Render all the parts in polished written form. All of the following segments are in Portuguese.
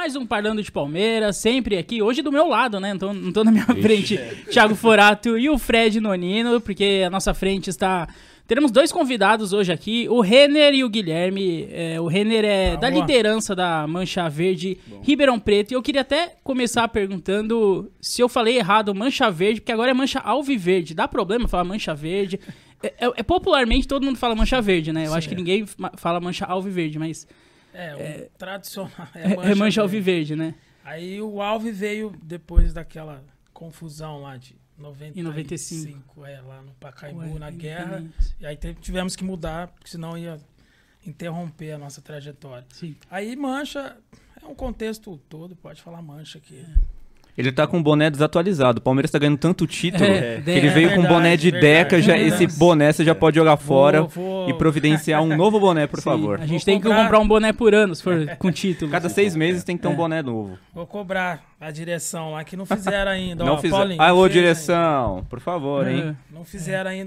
mais um Parlando de Palmeiras, sempre aqui, hoje do meu lado, né? Não tô na minha frente, Thiago Forato e o Fred Nonino, porque a nossa frente está... Teremos 2 convidados hoje aqui, o Renner e o Guilherme. O Renner é da liderança da Mancha Verde Ribeirão Preto. E eu queria até começar perguntando se eu falei errado Mancha Verde, porque agora é Mancha Alviverde. Dá problema falar Mancha Verde? Popularmente todo mundo fala Mancha Verde, né? Eu acho que ninguém fala Mancha Alviverde, mas... O tradicional é Mancha Alviverde, né? Aí o Alve veio depois daquela confusão lá de 95, lá no Pacaembu, na guerra. E aí tivemos que mudar, porque senão ia interromper a nossa trajetória. Sim. Aí Mancha é um contexto todo, pode falar Mancha aqui. Ele tá com o boné desatualizado. O Palmeiras tá ganhando tanto título que ele veio com um boné de Deca. Esse boné você já pode jogar fora e providenciar um novo boné, por favor. A gente tem que comprar um boné por ano, se for com título. Cada 6 meses tem que ter um boné novo. Vou cobrar a direção lá, que não fizeram ainda. Não fizeram. Alô, direção, ainda. Por favor, hein? Não fizeram ainda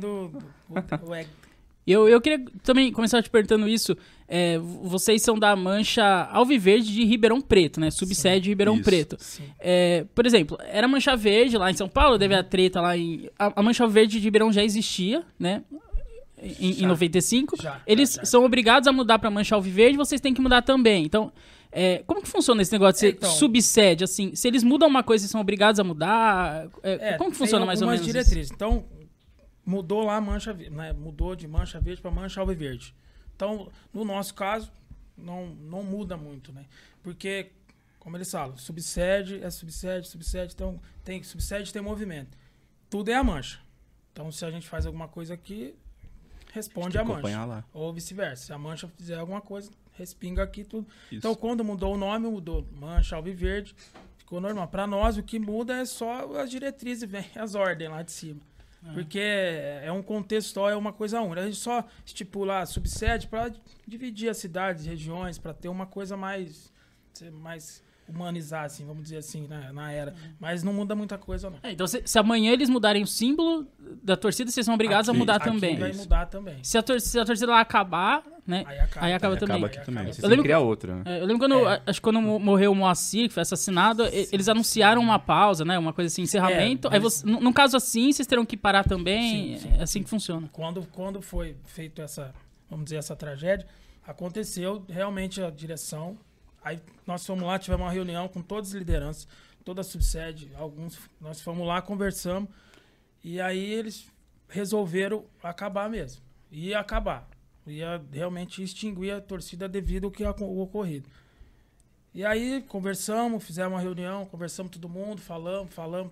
Eu queria também começar te perguntando isso. Vocês são da Mancha Alviverde de Ribeirão Preto, né? Subsede de Ribeirão Preto. Por exemplo, era Mancha Verde lá em São Paulo, teve a treta lá em... A Mancha Verde de Ribeirão já existia, né? Em 95. Eles são obrigados a mudar pra Mancha Alviverde, vocês têm que mudar também. Então, como que funciona esse negócio de subsede? Assim, se eles mudam uma coisa, vocês são obrigados a mudar? Como que funciona mais ou menos diretrizes. Então, mudou lá a Mancha, né? Mudou de Mancha Verde para Mancha Alviverde. Então, no nosso caso, não muda muito, né? Porque, como eles falam, subsede, então subsede tem movimento. Tudo é a Mancha. Então, se a gente faz alguma coisa aqui, responde a Mancha. Lá. Ou vice-versa. Se a Mancha fizer alguma coisa, respinga aqui tudo. Isso. Então, quando mudou o nome, mudou Mancha Alviverde, ficou normal. Para nós, o que muda é só as diretrizes, vem as ordens lá de cima. Porque é um contexto só, é uma coisa única. A gente só estipula a subsede para dividir as cidades, regiões, para ter uma coisa mais humanizar, assim, vamos dizer assim, na era. Mas não muda muita coisa, não. Então, se amanhã eles mudarem o símbolo da torcida, vocês são obrigados a mudar também. Vai mudar também. Se a torcida lá acabar, né? Aí acaba também. Acaba aqui também. Vocês têm que criar outra, né? Eu lembro acho que quando morreu o Moacir, que foi assassinado, eles anunciaram uma pausa, né? Uma coisa assim, encerramento. Aí num caso assim, vocês terão que parar também. Sim. É assim que funciona. Quando foi feito essa tragédia, aconteceu realmente a direção. Aí nós fomos lá, tivemos uma reunião com todas as lideranças, toda a subsede, nós fomos lá, conversamos, e aí eles resolveram acabar mesmo. Ia acabar. Ia realmente extinguir a torcida devido ao que o ocorrido. E aí conversamos, fizemos uma reunião, conversamos todo mundo, falamos.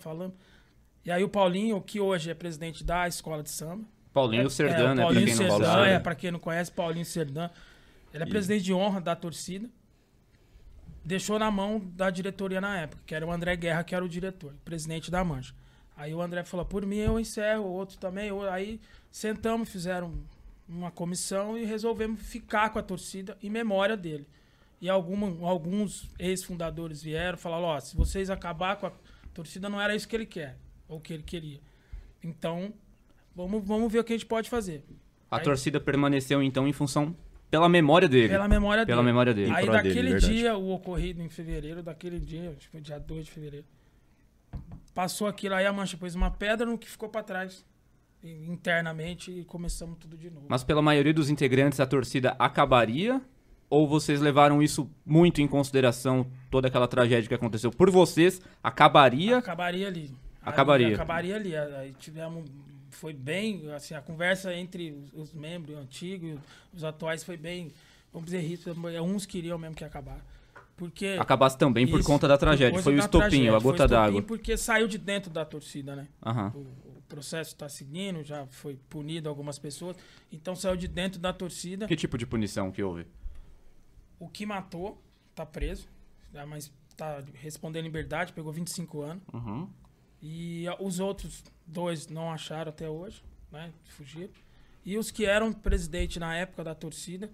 E aí o Paulinho, que hoje é presidente da escola de samba. Paulinho Serdã, né? Paulinho Serdã, pra quem não conhece, Paulinho Serdã. Ele é presidente de honra da torcida. Deixou na mão da diretoria na época, que era o André Guerra, que era o diretor, presidente da Mancha. Aí o André falou, por mim eu encerro, o outro também. Aí sentamos, fizeram uma comissão e resolvemos ficar com a torcida em memória dele. E alguns ex-fundadores vieram e falaram, se vocês acabar com a torcida, não era isso que ele quer, ou que ele queria. Então, vamos ver o que a gente pode fazer. A torcida permaneceu, então, em função... Pela memória dele. Pela memória dele. Aí daquele dia, o ocorrido em fevereiro, acho que foi dia 2 de fevereiro, passou aquilo, aí a Mancha pôs uma pedra no que ficou pra trás, internamente, e começamos tudo de novo. Mas pela maioria dos integrantes, a torcida acabaria? Ou vocês levaram isso muito em consideração, toda aquela tragédia que aconteceu por vocês? Acabaria? Acabaria ali. Acabaria ali. Aí tivemos... Foi bem, assim, a conversa entre os membros antigos e os atuais foi bem, vamos dizer isso, uns queriam mesmo que acabar. Porque acabasse também por conta da tragédia, foi o estopinho, a gota d'água. Porque saiu de dentro da torcida, né? Uhum. O processo está seguindo, já foi punido algumas pessoas, então saiu de dentro da torcida. Que tipo de punição que houve? O que matou tá preso, mas tá respondendo em liberdade, pegou 25 anos. Uhum. E os outros 2 não acharam até hoje, né? Fugiram. E os que eram presidente na época da torcida,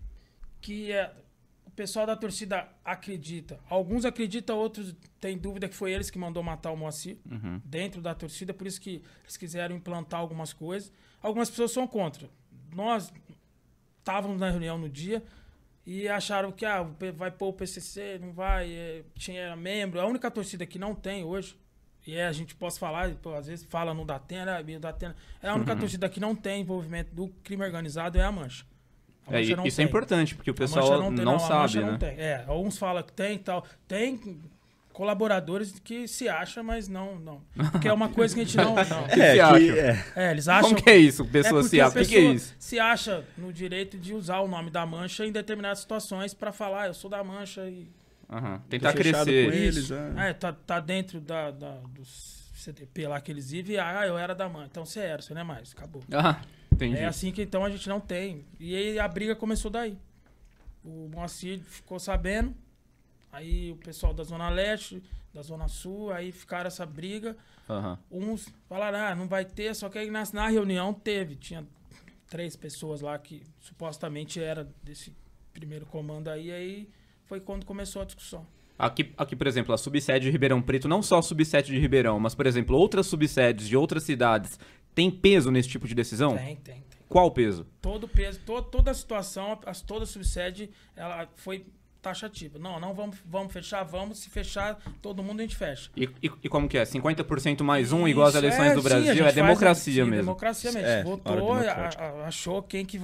o pessoal da torcida acredita. Alguns acreditam, outros têm dúvida que foi eles que mandou matar o Moacir dentro da torcida, por isso que eles quiseram implantar algumas coisas. Algumas pessoas são contra. Nós estávamos na reunião no dia E acharam que vai pôr o PCC, não vai, tinha membro. A única torcida que não tem hoje, e a gente pode falar, às vezes fala no Datena, é a única torcida que não tem envolvimento do crime organizado é a Mancha. Isso é importante, porque o pessoal não sabe, né? Não tem. Alguns falam que tem e tal. Tem colaboradores que se acham, mas não. Porque é uma coisa que a gente não... eles acham... Como que é isso? Pessoa se acha. O que é isso? Se acha no direito de usar o nome da Mancha em determinadas situações para falar, eu sou da Mancha e... Tentar crescer. Com eles, tá dentro do CDP lá que eles vivem, eu era da Mancha. Então você não é mais, acabou. Entendi. É assim que então a gente não tem. E aí a briga começou daí. O Moacir ficou sabendo, aí o pessoal da Zona Leste, da Zona Sul, aí ficaram essa briga. Uns falaram, não vai ter, só que aí na reunião tinha 3 pessoas lá que supostamente era desse primeiro comando aí foi quando começou a discussão. Aqui, por exemplo, a subsede de Ribeirão Preto, não só a subsede de Ribeirão, mas, por exemplo, outras subsedes de outras cidades, tem peso nesse tipo de decisão? Tem. Qual o peso? Todo peso, toda a situação, toda a subsede, ela foi taxativa. Não vamos fechar, se fechar, todo mundo a gente fecha. E como que é? 50% mais um igual às eleições do Brasil? É democracia mesmo. Democracia mesmo. Votou, achou quem que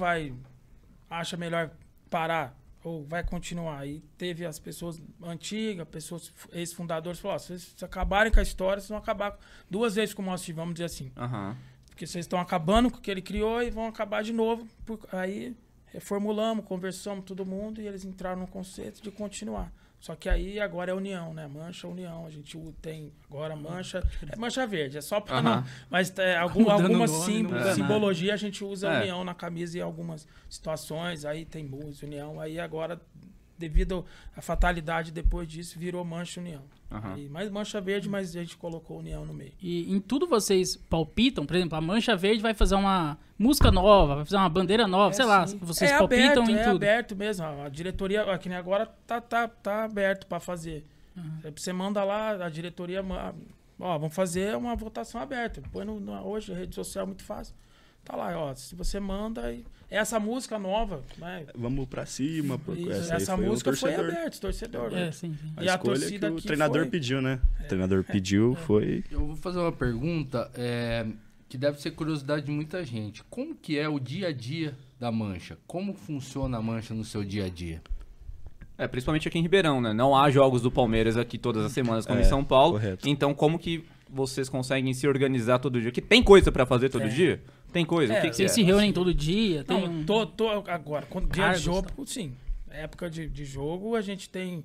acha melhor parar ou vai continuar. Aí teve as pessoas antigas, pessoas ex-fundadores, falaram, se vocês acabarem com a história, vocês vão acabar 2 vezes com o Moacir, vamos dizer assim. Porque vocês estão acabando com o que ele criou e vão acabar de novo. Aí reformulamos, conversamos todo mundo e eles entraram no conceito de continuar. Só que aí agora é união, né? Mancha, união. A gente tem agora mancha. É mancha verde, é só pra não. Mas alguma simbologia a gente usa união na camisa em algumas situações. Aí tem música, união. Aí agora, devido à fatalidade depois disso, virou mancha, união. Mais mancha verde, mas a gente colocou união no meio. E em tudo vocês palpitam? Por exemplo, a mancha verde vai fazer uma música nova, vai fazer uma bandeira nova, sei lá. Vocês palpitam em tudo. É aberto mesmo. A diretoria, aqui agora, tá aberto para fazer. Você manda lá, a diretoria... vamos fazer uma votação aberta. Põe hoje, a rede social é muito fácil. Tá lá, se você manda... Essa música nova, né? Vamos pra cima. Essa música foi aberta, torcedor. Sim. E a torcida que o treinador pediu, né? O treinador pediu, foi... Eu vou fazer uma pergunta que deve ser curiosidade de muita gente. Como que é o dia a dia da Mancha? Como funciona a Mancha no seu dia a dia? Principalmente aqui em Ribeirão, né? Não há jogos do Palmeiras aqui todas as semanas como em São Paulo. Correto. Então, como que vocês conseguem se organizar todo dia? Que tem coisa pra fazer todo dia? Tem coisa? O que vocês se reúnem todo dia? Agora, quando dia de jogo, sim. Época de jogo, a gente tem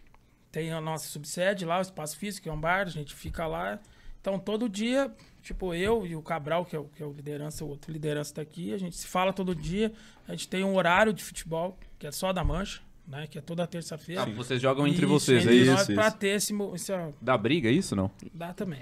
a nossa subsede lá, o Espaço Físico, que é um bar, a gente fica lá. Então, todo dia, tipo, eu e o Cabral, que é o liderança, o outro liderança tá aqui, a gente se fala todo dia. A gente tem um horário de futebol, que é só da Mancha, né? Que é toda terça-feira. Vocês jogam entre vocês, é isso? Pra ter esse Dá briga, isso não? Dá também.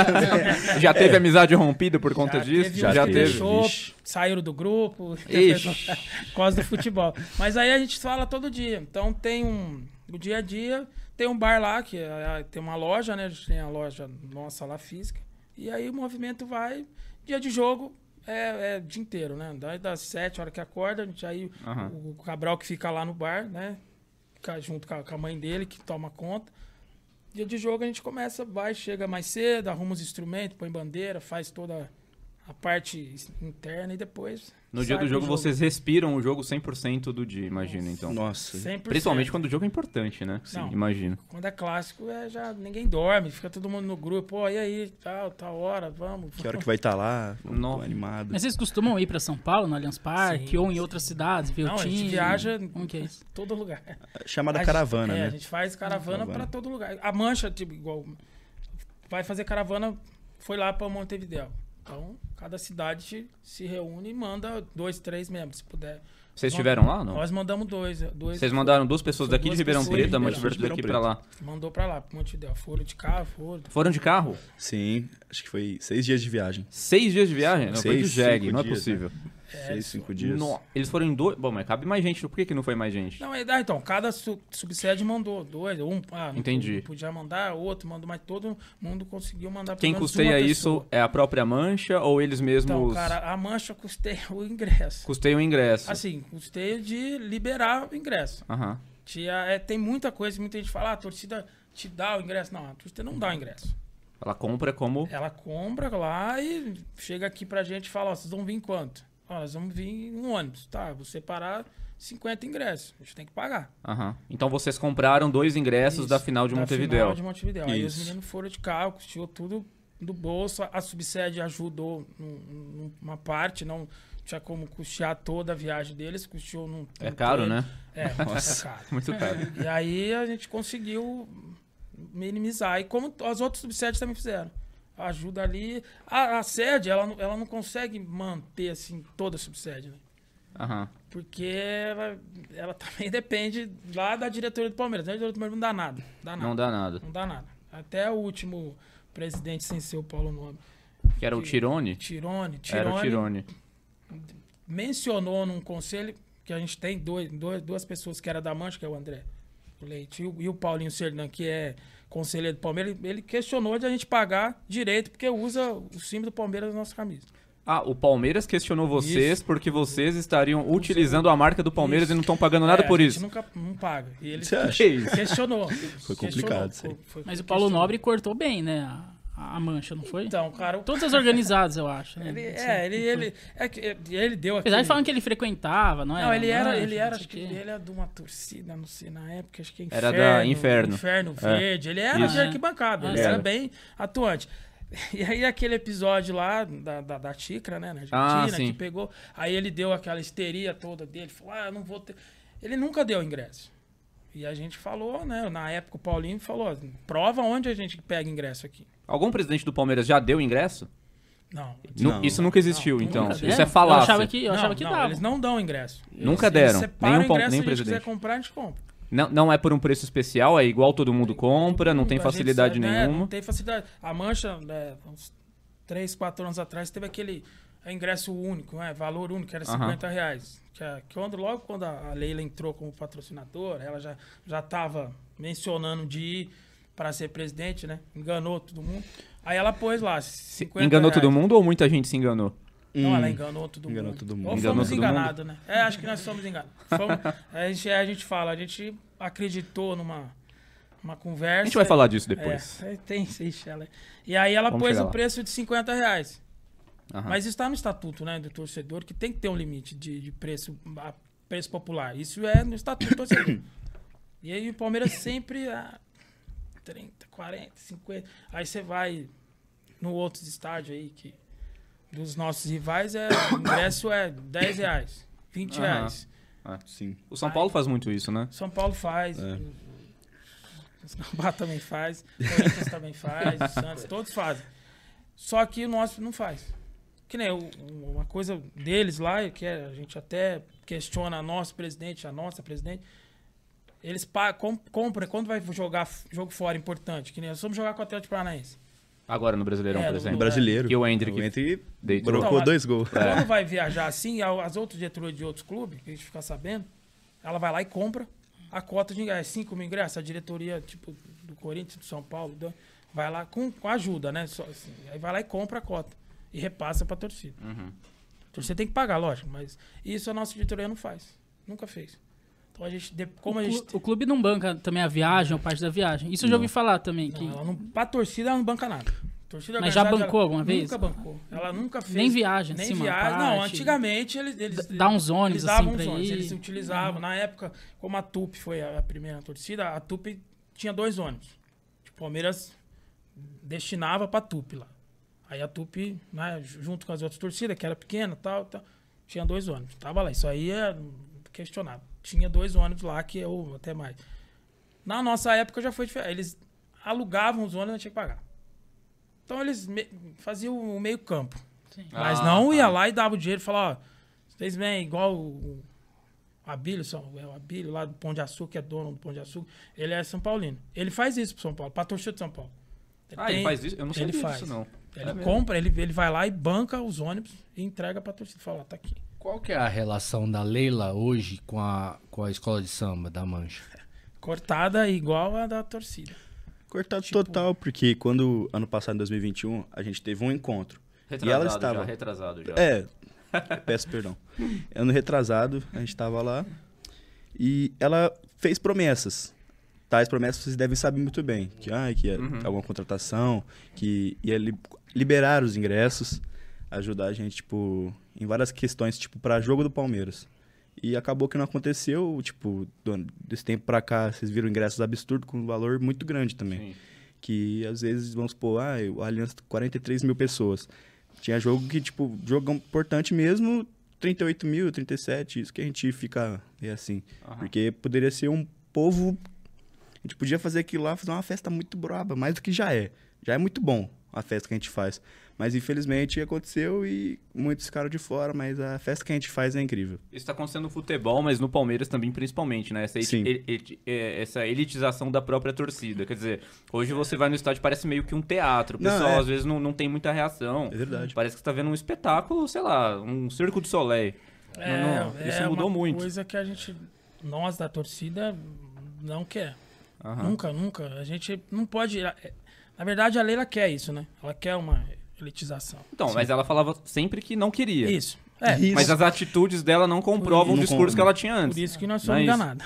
Já teve amizade rompida por conta disso? Já teve. Saíram do grupo, por causa do futebol. Mas aí a gente fala todo dia. Então tem o dia a dia, tem um bar lá, que tem uma loja, né? A gente tem a loja nossa lá física. E aí o movimento vai, dia de jogo, é dia inteiro, né? Daí das 7 horas que acorda, a gente aí o Cabral que fica lá no bar, né? Fica junto com a mãe dele, que toma conta. Dia de jogo a gente chega mais cedo, arruma os instrumentos, põe bandeira, faz toda a parte interna e depois... No dia do jogo vocês respiram o jogo 100% do dia, imagino, então. Nossa. 100%. Principalmente quando o jogo é importante, né? Sim, imagino. Quando é clássico, já ninguém dorme, fica todo mundo no grupo. E aí, tal hora, vamos. Que hora que vai estar lá? Tô animado. Mas vocês costumam ir pra São Paulo, no Allianz Parque, ou em outras cidades, ver o time? A gente viaja como que é isso? Todo lugar. Chamada caravana, né? A gente faz caravana pra todo lugar. A Mancha, tipo, igual, vai fazer caravana, foi lá pra Montevidéu. Então, cada cidade se reúne e manda 2, 3 membros, se puder. Vocês estiveram lá, não? Nós mandamos dois. Vocês mandaram 2 pessoas daqui de Ribeirão Preto, da Montevidéu daqui pra lá? Mandou pra lá, pro Montevidéu. Foram de carro, Foram de carro? Sim, acho que foi 6 dias de viagem. 6 dias de viagem? Não, foi de jegue, não é possível. 6, 5 dias. Eles foram em 2... Bom, mas cabe mais gente. Por que não foi mais gente? Não, então, cada subsede mandou 2. Entendi. Não podia mandar, outro mandou, mas todo mundo conseguiu mandar pelo Quem menos custeia uma isso pessoa. é a própria Mancha ou eles mesmos... Então, cara, a Mancha custeia o ingresso. Custeia o ingresso. Assim, custeia de liberar o ingresso. Aham. Tem muita coisa, muita gente fala, a torcida te dá o ingresso. Não, a torcida não dá o ingresso. Ela compra como... Ela compra lá e chega aqui pra gente e fala, ó, vocês vão vir quanto? Ó, nós vamos vir em um ônibus. Tá, vou separar 50 ingressos. A gente tem que pagar. Aham. Então vocês compraram 2 ingressos da final de Montevidéu. Final de Montevidéu. Aí os meninos foram de carro, custeou tudo do bolso. A subsede ajudou numa parte, não tinha como custear toda a viagem deles, custeou num... É caro, né? É caro. Muito caro. E aí a gente conseguiu minimizar. E como as outras subsedes também fizeram. Ajuda ali. A sede, ela não consegue manter, assim, toda a subsede, né? Aham. Porque ela também depende lá da diretoria do Palmeiras. A diretoria do Palmeiras não dá nada. Não dá nada. Não dá nada. Até o último presidente sem ser o Paulo Nobre. Que era o Tirone? Tirone. Era o Tirone. Mencionou num conselho que a gente tem duas pessoas que era da Mancha, que é o André Leite e o Paulinho Serdan, que é conselheiro do Palmeiras. Ele questionou de a gente pagar direito, porque usa o símbolo do Palmeiras na nossa camisa. Ah, o Palmeiras questionou vocês porque vocês estariam utilizando a marca do Palmeiras e não estão pagando nada por isso. A gente não paga. E ele isso? questionou. Foi complicado isso aí. Mas o Paulo Nobre cortou bem, né? A Mancha, não foi? Então, cara... Todas as organizadas, eu acho, né? Ele deu aqui... Apesar de falar que ele frequentava, não é? Não, ele era acho que ele era de uma torcida, não sei, na época, acho que Inferno. Era da Inferno. Inferno Verde. Ele era de arquibancada, ele era bem atuante. E aí aquele episódio lá da xícara, né, na Argentina, que pegou... Aí ele deu aquela histeria toda dele, falou, eu não vou ter... Ele nunca deu ingresso. E a gente falou, né, na época o Paulinho falou, prova onde a gente pega ingresso aqui. Algum presidente do Palmeiras já deu ingresso? Não. Isso nunca existiu, então. Nunca Isso é falácia. Eu achava que dava. Eles não dão ingresso. Nunca deram. Nem Nem presidente. Se presidente. quiser comprar, a gente compra. Não é por um preço especial, é igual todo mundo compra, não tem facilidade nenhuma. Não tem facilidade. A Mancha, uns 3, 4 anos atrás, teve aquele ingresso único, valor único, que era R$50. Logo quando a Leila entrou como patrocinadora, ela já estava mencionando de ir para ser presidente, né? Enganou todo mundo. Aí ela pôs lá, R$50. Enganou todo mundo ou muita gente se enganou? Não, ela enganou todo mundo. Ou fomos enganados, né? Acho que nós somos enganados. A gente fala, a gente acreditou numa conversa. A gente vai falar disso depois. E aí ela pôs o preço de R$50. Aham. Mas isso está no estatuto, né, do torcedor, que tem que ter um limite de preço popular. Isso é no estatuto do torcedor. E aí o Palmeiras sempre... 30, 40, 50. Aí você vai no outros estádios aí, que dos nossos rivais, o ingresso é R$10, R$20. Sim. O São Paulo faz muito isso, né? São Paulo faz. O Sambá também faz. O Corinthians também faz. O Santos, todos fazem. Só que o nosso não faz. Que nem uma coisa deles lá, que a gente até questiona a nossa presidente, eles compram quando vai jogar jogo fora importante, que nem nós vamos jogar com o Atlético Paranaense. Agora no Brasileirão, por exemplo. No Brasileiro. Que o Hendrick brocou 2 gols. Quando vai viajar assim, as outras diretorias de outros clubes, que a gente fica sabendo, ela vai lá e compra a cota de ingresso. 5 mil ingressos, a diretoria tipo do Corinthians, do São Paulo, vai lá com ajuda, né? Assim, aí vai lá e compra a cota e repassa pra torcida. A torcida tem que pagar, lógico, mas isso a nossa diretoria não faz. Nunca fez. O clube não banca também a viagem ou parte da viagem. Isso eu já ouvi falar também. Pra torcida ela não banca nada. Mas já bancou alguma vez? Nunca bancou. Ela nunca fez. Nem viagem, nem viagem. Não, antigamente eles dá uns ônibus assim pra ir. Eles utilizavam. Na época, como a TUP foi a primeira torcida, a TUP tinha 2 ônibus. O Palmeiras destinava pra TUP lá. Aí a TUP, né, junto com as outras torcidas, que era pequena e tal, tinha 2 ônibus. Tava lá. Isso aí é questionável. Tinha 2 ônibus lá, ou até mais. Na nossa época já foi diferente. Eles alugavam os ônibus e tinha que pagar. Então eles faziam o meio campo. Mas não ia lá e dava o dinheiro e falava, vocês vêm igual o Abílio, o Abílio lá do Pão de Açúcar, que é dono do Pão de Açúcar, ele é São Paulino. Ele faz isso pro São Paulo, pra torcida de São Paulo. Ele faz isso? Eu não sabia disso, não. Ele compra, ele vai lá e banca os ônibus e entrega pra torcida. Fala, tá aqui. Qual que é a relação da Leila hoje com a escola de samba da Mancha? Cortada igual a da torcida. Cortado total, porque quando, ano passado, em 2021, a gente teve um encontro. E ela estava... Retrasado já. Peço perdão. Ano retrasado, a gente estava lá e ela fez promessas. Tais promessas vocês devem saber muito bem. Que ia alguma contratação, que ia liberar os ingressos, ajudar a gente, tipo, em várias questões, tipo, para jogo do Palmeiras. E acabou que não aconteceu, tipo, desse tempo pra cá, vocês viram ingressos absurdos com um valor muito grande também. Sim. Que às vezes, vamos supor, o Allianz 43 mil pessoas. Tinha jogo que, tipo, jogo importante mesmo, 38 mil, 37, isso que a gente fica assim. Porque poderia ser um povo, a gente podia fazer aquilo lá, fazer uma festa muito braba, mais do que já é. Já é muito bom a festa que a gente faz. Mas, infelizmente, aconteceu e muitos ficaram de fora, mas a festa que a gente faz é incrível. Isso está acontecendo no futebol, mas no Palmeiras também, principalmente, né? Essa elitização da própria torcida. Quer dizer, hoje você vai no estádio, parece meio que um teatro. O pessoal, às vezes, não tem muita reação. É verdade. Parece que você está vendo um espetáculo, sei lá, um Circo du Soleil. Isso mudou muito. É uma coisa que a gente, nós da torcida, não quer. Nunca. A gente não pode... Na verdade, a Leila quer isso, né? Ela quer uma... elitização. Então, mas ela falava sempre que não queria. Isso. Mas as atitudes dela não comprovam o discurso que ela tinha antes. Por isso que nós somos enganados.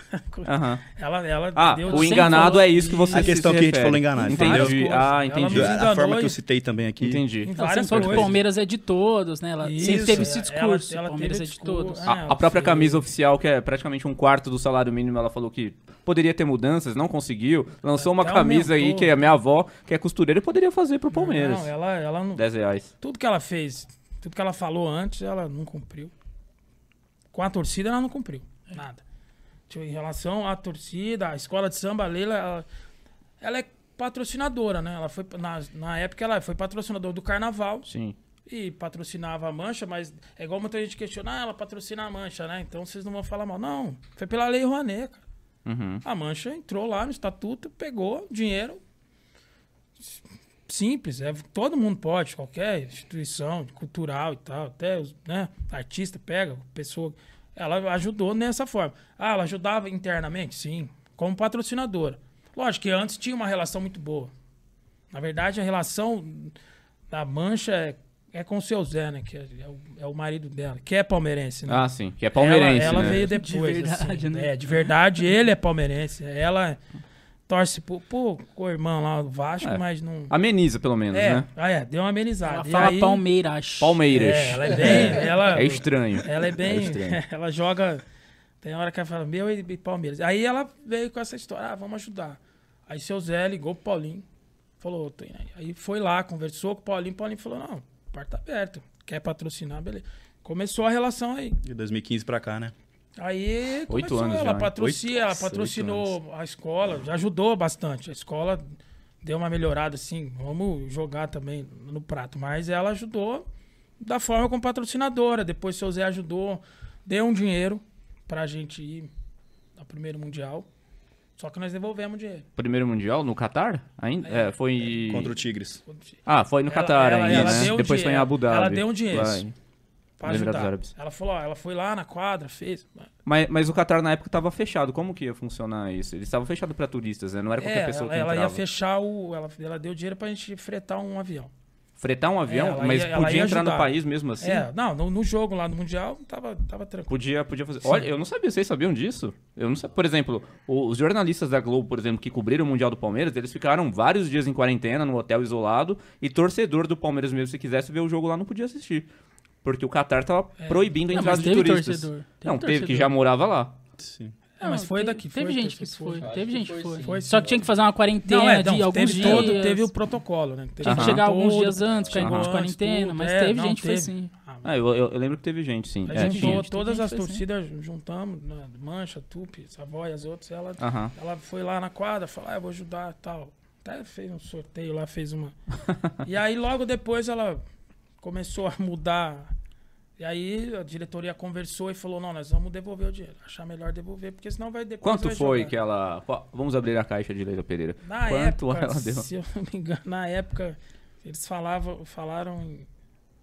Ela deu o enganado é isso que você a questão que a gente falou enganado. Entendi. Entendi. A forma que eu citei também aqui. Entendi. Ela falou que o Palmeiras é de todos, né? Ela sempre teve esse discurso. O Palmeiras é de todos. A própria camisa oficial, que é praticamente um quarto do salário mínimo, ela falou que poderia ter mudanças, não conseguiu. Lançou uma camisa aí que a minha avó, que é costureira, poderia fazer pro Palmeiras. Não, ela não... R$10. Tudo que ela fez, tudo que ela falou antes, ela não cumpriu. Com a torcida, ela não cumpriu. Nada. Em relação à torcida, a escola de samba, a Leila, ela é patrocinadora, né? Ela foi, na época, ela foi patrocinadora do Carnaval. Sim. E patrocinava a Mancha, mas é igual muita gente questiona, ela patrocina a Mancha, né? Então vocês não vão falar mal. Não, foi pela Lei Rouanet, cara. A Mancha entrou lá no estatuto, pegou dinheiro. Simples, todo mundo pode, qualquer instituição cultural e tal, até os artista pega, pessoa. Ela ajudou nessa forma. Ela ajudava internamente? Sim, como patrocinadora. Lógico que antes tinha uma relação muito boa. Na verdade, a relação da Mancha é com o seu Zé, né? Que é o marido dela, que é palmeirense, né? Ah, sim, que é palmeirense. Ela né? veio depois. De verdade, assim, né? De verdade, ele é palmeirense. Ela torce pro irmão lá do Vasco, mas não... Ameniza, pelo menos, né? Deu uma amenizada. Ela fala Palmeiras. Palmeiras. Ela é bem... é estranho. Ela é bem... ela joga... Tem hora que ela fala, meu e Palmeiras. Aí ela veio com essa história, vamos ajudar. Aí seu Zé ligou pro Paulinho, falou, tô indo aí. Aí foi lá, conversou com o Paulinho falou, não, a porta aberta, quer patrocinar, beleza. Começou a relação aí. De 2015 pra cá, né? Aí 8 anos ela já, ela patrocinou a escola, já ajudou bastante. A escola deu uma melhorada, assim, vamos jogar também no prato. Mas ela ajudou da forma como patrocinadora. Depois seu Zé ajudou, deu um dinheiro pra gente ir ao primeiro Mundial. Só que nós devolvemos o dinheiro. Primeiro Mundial no Catar? Ainda? Foi... Contra o Tigres. Foi no Catar ainda, né? Depois foi em Abu Dhabi. Ela deu um dinheiro. Pra ajudar. Ela falou, ela foi lá na quadra, fez. Mas o Catar na época estava fechado. Como que ia funcionar isso? Eles estavam fechados para turistas, né? Não era qualquer pessoa que entrava. Ela ia fechar ela deu dinheiro pra gente fretar um avião. Fretar um avião? Mas podia entrar no país mesmo assim? No jogo lá no Mundial tava tranquilo. Podia fazer. Sim. Olha, eu não sabia, vocês sabiam disso? Eu não sabia. Por exemplo, os jornalistas da Globo, por exemplo, que cobriram o Mundial do Palmeiras, eles ficaram vários dias em quarentena, no hotel isolado, e torcedor do Palmeiras mesmo, se quisesse ver o jogo lá, não podia assistir. Porque o Qatar tava proibindo a entrada de turistas. Teve que já morava lá. Sim. Mas foi daqui. Teve gente que foi. Só que tinha que fazer uma quarentena de alguns dias. Teve o protocolo, né? Tinha que chegar alguns dias antes pra ir de quarentena, mas teve gente que foi sim. Eu lembro que teve gente, sim. A gente juntou todas as torcidas, juntamos, Mancha, Tupi, Savoy, as outras. Ela foi lá na quadra, falou, eu vou ajudar e tal. Até fez um sorteio lá, fez uma... E aí logo depois ela começou a mudar. E aí a diretoria conversou e falou, não, nós vamos devolver o dinheiro. Achar melhor devoluver, porque senão vai depois... Quanto foi que ela... Vamos abrir a caixa de Leila Pereira. Quanto ela deu? Se eu não me engano, na época, eles falaram em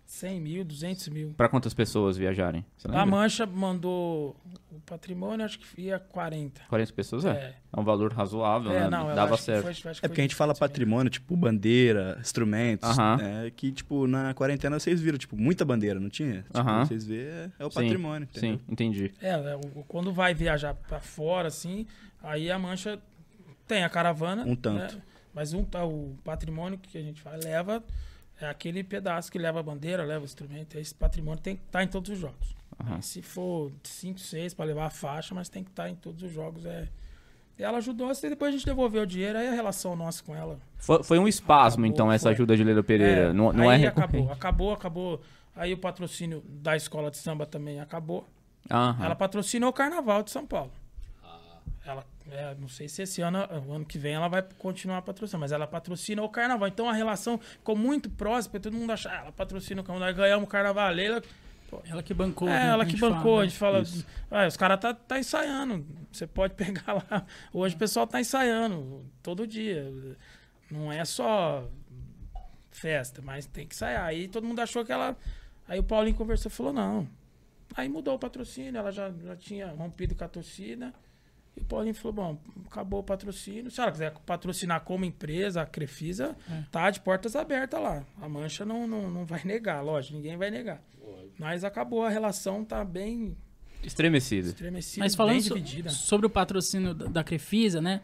100 mil, 200 mil. Pra quantas pessoas viajarem? Você A lembra? Mancha mandou o patrimônio, acho que ia 40. 40 pessoas é um valor razoável, né? Não, eu Dava acho que certo. foi- acho que É foi porque a gente fala 200 mil. patrimônio, tipo bandeira, instrumentos, Aham. né? Que, tipo, na quarentena vocês viram, tipo, muita bandeira, não tinha? Tipo, Aham. vocês vê, é o Sim, patrimônio, entendeu? Sim, entendi. Quando vai viajar pra fora, assim, aí a Mancha tem a caravana. Um tanto. Né? Mas o patrimônio que a gente faz leva, é aquele pedaço que leva a bandeira, leva o instrumento. Esse patrimônio tem que estar em todos os jogos. Aham. Se for 5, 6 para levar a faixa, mas tem que estar em todos os jogos. E ela ajudou, e depois a gente devolveu o dinheiro, aí a relação nossa com ela. Foi um espasmo, Acabou, então, essa foi. ajuda de Leila Pereira. Não aí é recorrente. acabou. Aí o patrocínio da escola de samba também acabou. Aham. Ela patrocinou o Carnaval de São Paulo. Ela, não sei se esse ano, o ano que vem, ela vai continuar patrocinando, mas ela patrocina o Carnaval. Então a relação ficou muito próxima, porque todo mundo acha, ela patrocina o Carnaval, nós ganhamos o Carnaval, a Leila... Ela que bancou. né, ela a que gente bancou, fala, a gente fala, Isso. os caras tá ensaiando, você pode pegar lá. Hoje o pessoal tá ensaiando todo dia. Não é só festa, mas tem que ensaiar. Aí todo mundo achou que ela... Aí o Paulinho conversou e falou, não. Aí mudou o patrocínio, ela já tinha rompido com a torcida. E o Paulinho falou, bom, acabou o patrocínio. Se ela quiser patrocinar como empresa, a Crefisa tá de portas abertas lá. A Mancha não vai negar, lógico, ninguém vai negar. Mas acabou, a relação tá bem Estremecido. estremecida, Mas bem falando dividida. sobre o patrocínio da Crefisa, né?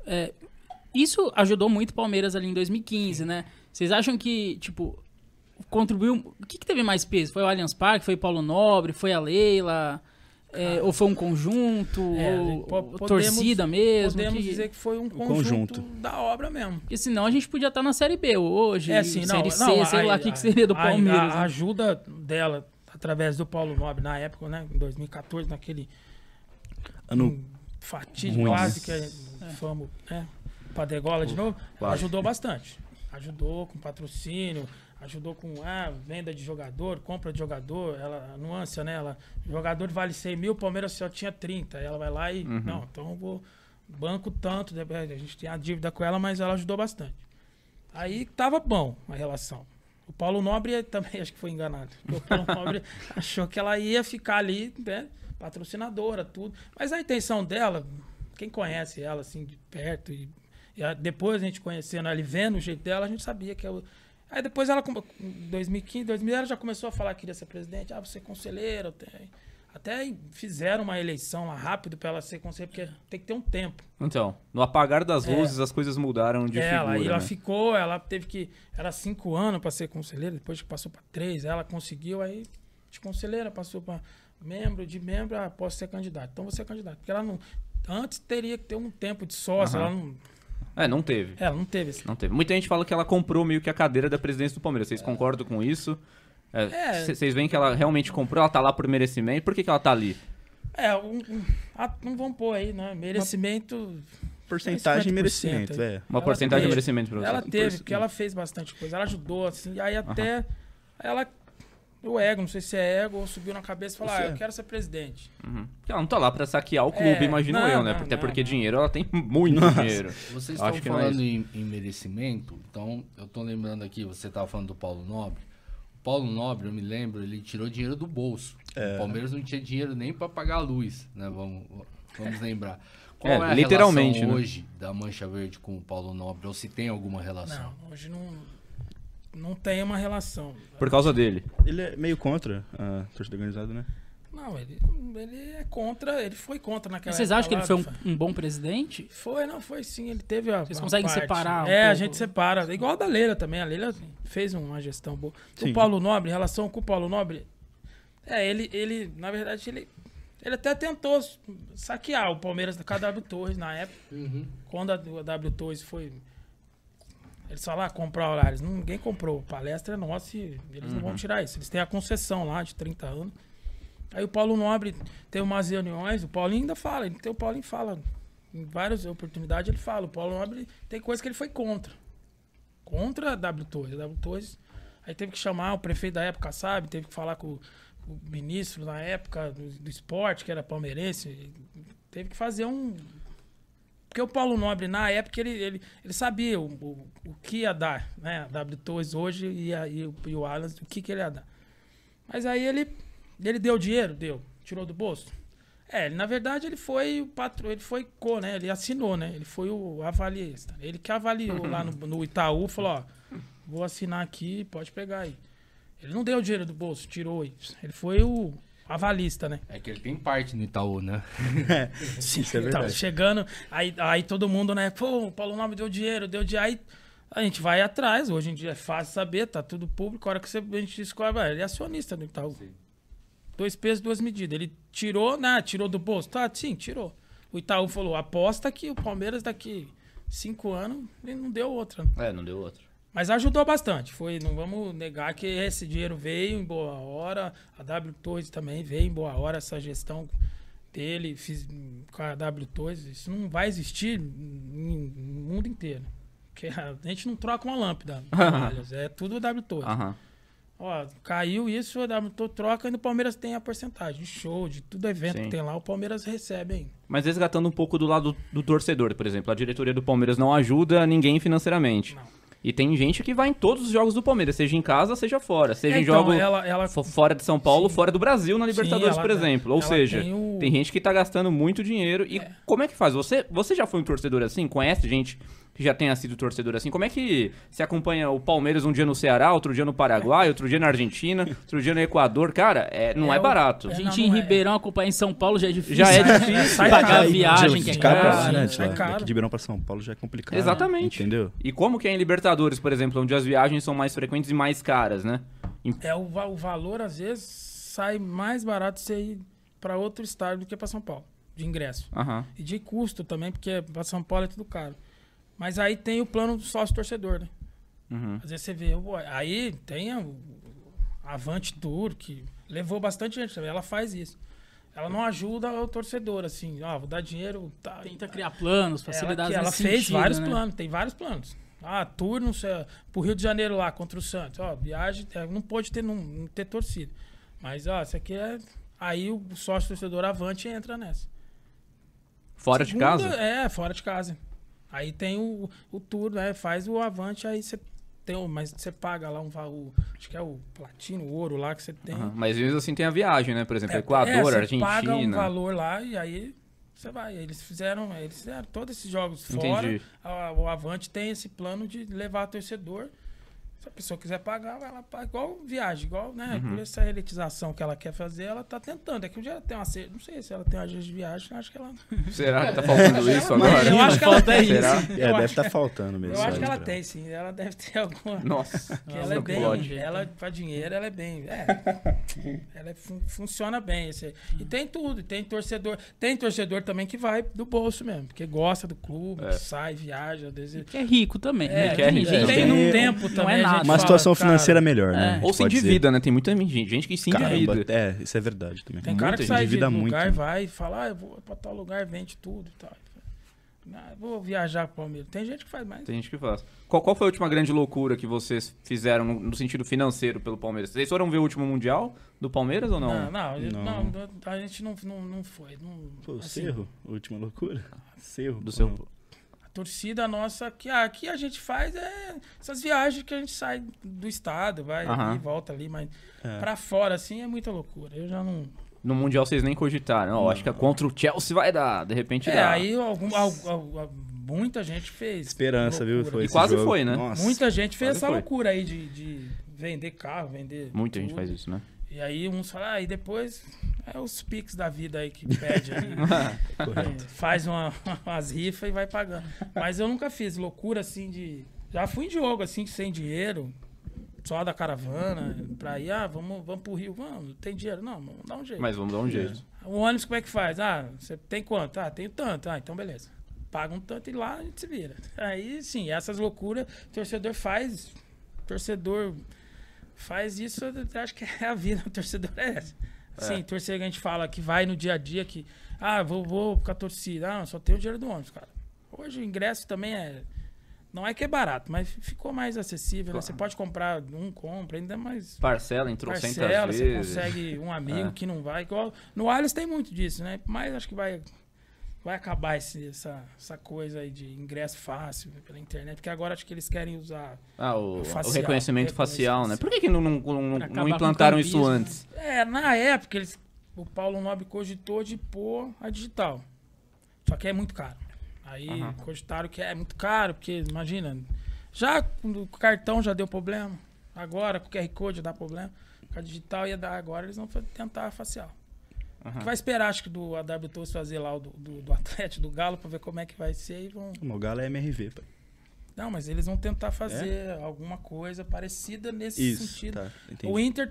Isso ajudou muito o Palmeiras ali em 2015, né? Vocês acham que, tipo, contribuiu... O que teve mais peso? Foi o Allianz Parque? Foi o Paulo Nobre? Foi a Leila? Ou foi um conjunto? Ou torcida mesmo? Podemos dizer que foi um conjunto da obra mesmo. Porque senão a gente podia estar na Série B hoje, Assim, Série C, sei lá o que seria do Palmeiras. A né? ajuda dela, através do Paulo Nobre, na época, né? Em 2014, naquele Ano fatídico, ruim, quase né? que fomos, né? Pra degola de novo. quase. Ajudou bastante. Ajudou com patrocínio, ajudou com venda de jogador, compra de jogador, a nuance, né? Jogador vale 100 mil, o Palmeiras só tinha 30. Aí ela vai lá e, não, então eu vou banco tanto, a gente tem a dívida com ela, mas ela ajudou bastante. Aí tava bom a relação. O Paulo Nobre também acho que foi enganado. O Paulo Nobre achou que ela ia ficar ali, né? Patrocinadora, tudo. Mas a intenção dela, quem conhece ela assim de perto e depois a gente conhecendo ela e vendo o jeito dela, a gente sabia que Aí depois ela, em 2015, 2000, ela já começou a falar que queria ser presidente. Você é conselheira. Até fizeram uma eleição lá rápido pra ela ser conselheira, porque tem que ter um tempo. Então, no apagar das luzes, as coisas mudaram de figura, E ela né? ficou, ela teve que... Era 5 anos pra ser conselheira, depois que passou pra 3, ela conseguiu, aí de conselheira passou pra membro, posso ser candidato. Então você é candidato. Porque ela não... Antes teria que ter um tempo de sócio, ela não... Não teve. Ela não teve esse... Não teve. Muita gente fala que ela comprou meio que a cadeira da presidência do Palmeiras. Vocês concordam com isso? Vocês veem que ela realmente comprou? Ela tá lá por merecimento? Por que ela tá ali? não vamos pôr aí, né? Merecimento... porcentagem e 50%, merecimento, Uma Ela porcentagem de teve. merecimento pra você. Ela teve, porque ela fez bastante coisa. Ela ajudou, assim. Aí até ela... O ego, não sei se é ego, ou subiu na cabeça e falou, eu quero ser presidente. Porque ela não tá lá pra saquear o clube, imagino não, eu, né? não, Até não, porque não. dinheiro, ela tem muito dinheiro. Vocês Acho estão que não é falando em merecimento, então eu tô lembrando aqui, você tava falando do Paulo Nobre. O Paulo Nobre, eu me lembro, ele tirou dinheiro do bolso. O Palmeiras não tinha dinheiro nem pra pagar a luz, né? Vamos lembrar. Qual é a literalmente, relação né? hoje da Mancha Verde com o Paulo Nobre? Ou se tem alguma relação? Não, hoje não tem uma relação. Por causa dele. Ele é meio contra a torcida organizada, né? Não, ele é contra, ele foi contra naquela Vocês época acham que ele lá, foi um bom presidente? Foi sim, ele teve a Vocês a conseguem parte. separar um a pouco? gente separa. Igual a da Leila também. A Leila fez uma gestão boa. Sim. O Paulo Nobre, em relação com o Paulo Nobre, ele na verdade, ele até tentou saquear o Palmeiras com a W Torres na época. Quando a W Torres foi... Eles falaram, comprar horários. Ninguém comprou. Palestra é nossa e eles não vão tirar isso. Eles têm a concessão lá de 30 anos. Aí o Paulo Nobre tem umas reuniões, o Paulinho ainda fala, o Paulinho fala, em várias oportunidades ele fala, o Paulo Nobre tem coisa que ele foi contra a W Torres. A W Torres, aí teve que chamar o prefeito da época, sabe, teve que falar com o ministro na época do esporte, que era palmeirense, teve que fazer porque o Paulo Nobre, na época, ele sabia o que ia dar, né, a W Torres hoje e o Allianz, o que ele ia dar. Mas aí ele deu dinheiro? Deu. Tirou do bolso? Na verdade ele foi o patrão, ele foi né? Ele assinou, né? Ele foi o avalista. Ele que avaliou lá no Itaú, falou, ó, vou assinar aqui, pode pegar aí. Ele não deu dinheiro do bolso, tirou. Ele foi o avalista, né? É que ele tem parte no Itaú, né? Sim, isso é verdade. Então, chegando, aí todo mundo, né? Pô, o Paulo Nobre deu dinheiro. Aí a gente vai atrás. Hoje em dia é fácil saber, tá tudo público. A hora que a gente descobre, ele é acionista do Itaú. Sim. 2 pesos, 2 medidas. Ele tirou, né? Tirou do bolso? Tá, sim, tirou. O Itaú falou, aposta que o Palmeiras daqui 5 anos, ele não deu outra. Não deu outra. Mas ajudou bastante. Não vamos negar que esse dinheiro veio em boa hora. A W Torres também veio em boa hora. Essa gestão dele com a W Torres. Isso não vai existir no mundo inteiro. Porque a gente não troca uma lâmpada. É tudo W Torres. Ó, caiu isso, a W Torres troca e no Palmeiras tem a porcentagem de show, de tudo evento que tem lá. O Palmeiras recebe ainda. Mas resgatando um pouco do lado do torcedor, por exemplo. A diretoria do Palmeiras não ajuda ninguém financeiramente. Não. E tem gente que vai em todos os jogos do Palmeiras, seja em casa, seja fora. Seja em jogo fora de São Paulo, fora do Brasil, na Libertadores, por exemplo. Ou seja, tem gente que tá gastando muito dinheiro. E como é que faz? Você já foi um torcedor assim? Conhece gente que já tenha sido torcedor assim? Como é que se acompanha o Palmeiras um dia no Ceará, outro dia no Paraguai, outro dia na Argentina, outro dia no Equador? Cara, não é barato. A gente em Ribeirão acompanhar em São Paulo já é difícil. Já é difícil. Pagar a viagem, que é caro. Aqui de Ribeirão pra São Paulo já é complicado. Exatamente. Entendeu? E como que é em Libertadores, por exemplo, onde as viagens são mais frequentes e mais caras, né? O valor, às vezes, sai mais barato você ir pra outro estado do que pra São Paulo, de ingresso. Aham. E de custo também, porque pra São Paulo é tudo caro. Mas aí tem o plano do sócio-torcedor, né? Uhum. Às vezes você vê, aí tem a Avante Tour, que levou bastante gente também, ela faz isso. Ela não ajuda o torcedor, assim, vou dar dinheiro... Tá, tenta criar planos, facilidades ela nesse fez sentido, vários né? planos, tem vários planos. Tour, não sei, pro Rio de Janeiro lá, contra o Santos. Viagem, não pode ter, não ter torcida. Mas, isso aqui é... Aí o sócio-torcedor Avante entra nessa. Fora de casa? Fora de casa. Aí tem o tour, né? Faz o Avante, aí você tem, mas você paga lá acho que é o platino, o ouro lá que você tem. Mas mesmo assim tem a viagem, né? Por exemplo, Equador, você Argentina. Paga um valor lá e aí você vai. Eles fizeram todos esses jogos fora. O Avante tem esse plano de levar torcedor. Se a pessoa quiser pagar, vai lá pagar. Igual viagem, igual, né? Por essa elitização que ela quer fazer, ela tá tentando. É que um dia ela tem uma... Não sei se ela tem uma agência de viagem, acho que ela... Será que tá faltando isso agora? Eu acho que ela tem Será? isso. Deve estar faltando mesmo. Eu acho que ela tem, sim. Ela deve ter alguma... Nossa. Ela é bem... Ela, pra dinheiro, ela é bem... ela funciona bem. E tem tudo. Tem torcedor... Tem torcedor também que vai do bolso mesmo. Porque gosta do clube, sai, viaja. Que é rico também. Né? Que é rico. Tem um tempo não também. É nada. Uma situação financeira melhor, né? Ou se endivida, né? Tem muita gente que se endivida. Isso é verdade também. Tem cara que sai de endivida lugar muito. e vai e fala, eu vou pra tal lugar, vende tudo e tal. Vou viajar pro Palmeiras. Tem gente que faz mais. Tem gente que faz. Qual foi a última grande loucura que vocês fizeram no sentido financeiro pelo Palmeiras? Vocês foram ver o último Mundial do Palmeiras ou não? Não, a gente não foi. Pô, assim, Cerro, última loucura. Cerro. Do seu... Torcida nossa, que aqui a gente faz essas viagens que a gente sai do estado, vai e volta ali, mas pra fora, assim, é muita loucura. Eu já não... No Mundial vocês nem cogitaram. Acho que contra o Chelsea vai dar, de repente dá. Aí muita gente fez. Esperança, loucura. viu? Foi e quase jogo. foi, né? Nossa. Muita gente fez essa foi. loucura aí de vender carro, vender Muita tudo. gente faz isso, né? E aí uns falam, e depois os Pix da vida aí que pede aí. Faz umas rifas e vai pagando. Mas eu nunca fiz loucura assim de... Já fui em jogo assim, sem dinheiro, só da caravana, pra ir, vamos pro Rio, vamos, tem dinheiro? Não, vamos dar um jeito. Mas vamos dar um jeito. O ônibus como é que faz? Você tem quanto? Tenho tanto. Então beleza. Paga um tanto e lá a gente se vira. Aí sim, essas loucuras, torcedor faz isso, eu acho que é a vida, o torcedor é essa. Sim, torcedor que a gente fala que vai no dia a dia, que, vou com a torcida, só tem o dinheiro do ônibus, cara. Hoje o ingresso também não é que é barato, mas ficou mais acessível, né? Você pode comprar, compra, ainda mais... Parcela em trocentas vezes. Você consegue um amigo que não vai, igual... No Allianz tem muito disso, né? Mas acho que vai vai acabar essa coisa aí de ingresso fácil pela internet, porque agora acho que eles querem usar o facial, reconhecimento facial, né? Por que não Pra acabar com implantaram o isso cambismo, antes? Na época, o Paulo Nobre cogitou de pôr a digital. Só que é muito caro. Aí cogitaram que é muito caro, porque imagina, já com o cartão já deu problema, agora com o QR Code dá problema, com a digital ia dar, agora eles vão tentar a facial. Vai esperar, acho que do AW Tours fazer lá do Atlético, do Galo, pra ver como é que vai ser e vão... O Galo é MRV, pai. Não, mas eles vão tentar fazer alguma coisa parecida nesse sentido. Tá, entendi.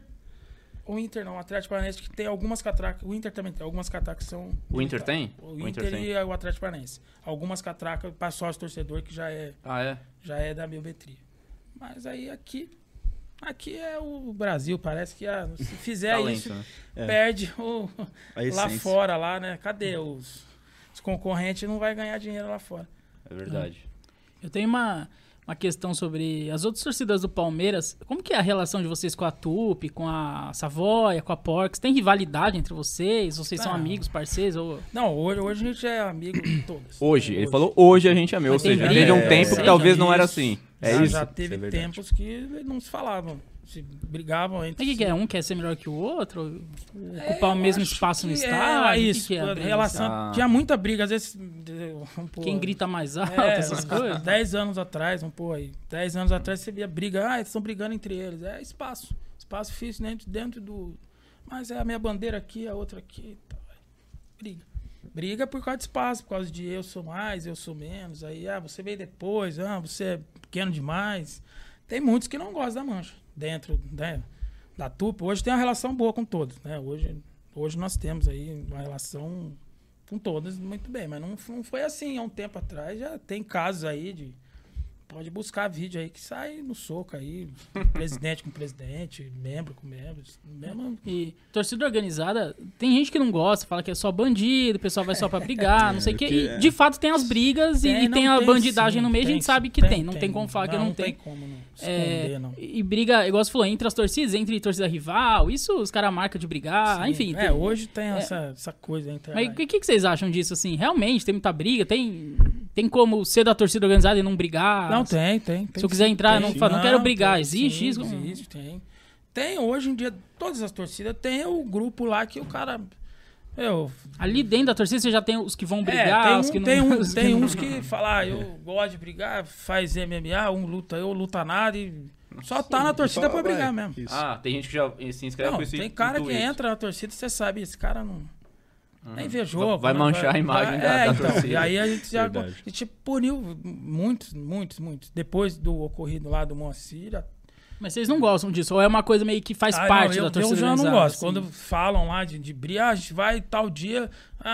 O Inter não, o Atlético Paranaense que tem algumas catracas. O Inter também tem algumas catracas que são... O Inter tem? O Inter e o Atlético Paranaense. Algumas catracas para sócio torcedor que já é, já é da biometria. Mas aí aqui é o Brasil, parece que se fizer Talento, isso, né? perde lá essência. fora, lá, né? Cadê os concorrentes? Não vai ganhar dinheiro lá fora. É verdade. Eu tenho uma questão sobre as outras torcidas do Palmeiras. Como que é a relação de vocês com a Tupi, com a Savoia, com a Porcs? Tem rivalidade entre vocês? Vocês são amigos, parceiros? Ou... Não, hoje a gente é amigo de todas. Hoje, ele falou hoje a gente é meu, ou Mas tem seja, briga? teve um tempo que talvez não era Isso. assim. É já, isso? já teve Isso é verdade. tempos que não se falavam, se brigavam entre Mas o que é? Um quer ser melhor que o outro? Ocupar o mesmo espaço no estádio? Isso, O que é a briga? relação. Tinha muita briga, às vezes. Quem grita mais alto, essas coisas? 10 anos atrás, vamos pôr aí. 10 anos atrás você via briga, eles estão brigando entre eles. É espaço. Espaço físico dentro do. Mas é a minha bandeira aqui, a outra aqui. Tá. Briga. Briga por causa de espaço, por causa de eu sou mais, eu sou menos. Aí, você veio depois, você é pequeno demais. Tem muitos que não gostam da Mancha dentro, né, da Tupi. Hoje tem uma relação boa com todos, né? Hoje nós temos aí uma relação com todos muito bem, mas não foi assim há um tempo atrás. Já tem casos aí de... Pode buscar vídeo aí que sai no soco aí, presidente com presidente, membro com membro. Mesmo... E torcida organizada, tem gente que não gosta, fala que é só bandido, o pessoal vai só pra brigar, não sei o quê. E de fato tem as brigas e tem a bandidagem no meio, a gente sabe que tem. Não tem como falar que não tem. Não tem como não esconder, não. E briga, igual você falou, entre as torcidas, entre torcida rival, isso os caras marcam de brigar, enfim. Hoje tem essa coisa entre. Mas o que vocês acham disso, assim? Realmente, tem muita briga? Tem como ser da torcida organizada e não brigar? Não, tem. Se eu quiser entrar, não quero brigar. Existe isso? Existe, tem. Tem, hoje em dia, todas as torcidas tem o grupo lá que o cara... Ali dentro da torcida você já tem os que vão brigar, os que não... Tem uns que falam, eu gosto de brigar, faz MMA, um luta eu, luta nada e... Só tá na torcida pra brigar mesmo. Isso. Tem gente que já se inscreve Não, com esse tem cara que intuito. entra na torcida e você sabe, esse cara não... Nem vê jogo. Vai manchar a imagem da torcida. E aí a gente já... Verdade. A gente puniu muitos. Depois do ocorrido lá do Moacir... Mas vocês não gostam disso? Ou é uma coisa meio que faz parte da torcida eu já não organizada, gosto. assim? Quando falam lá de brigar, a gente vai tal dia...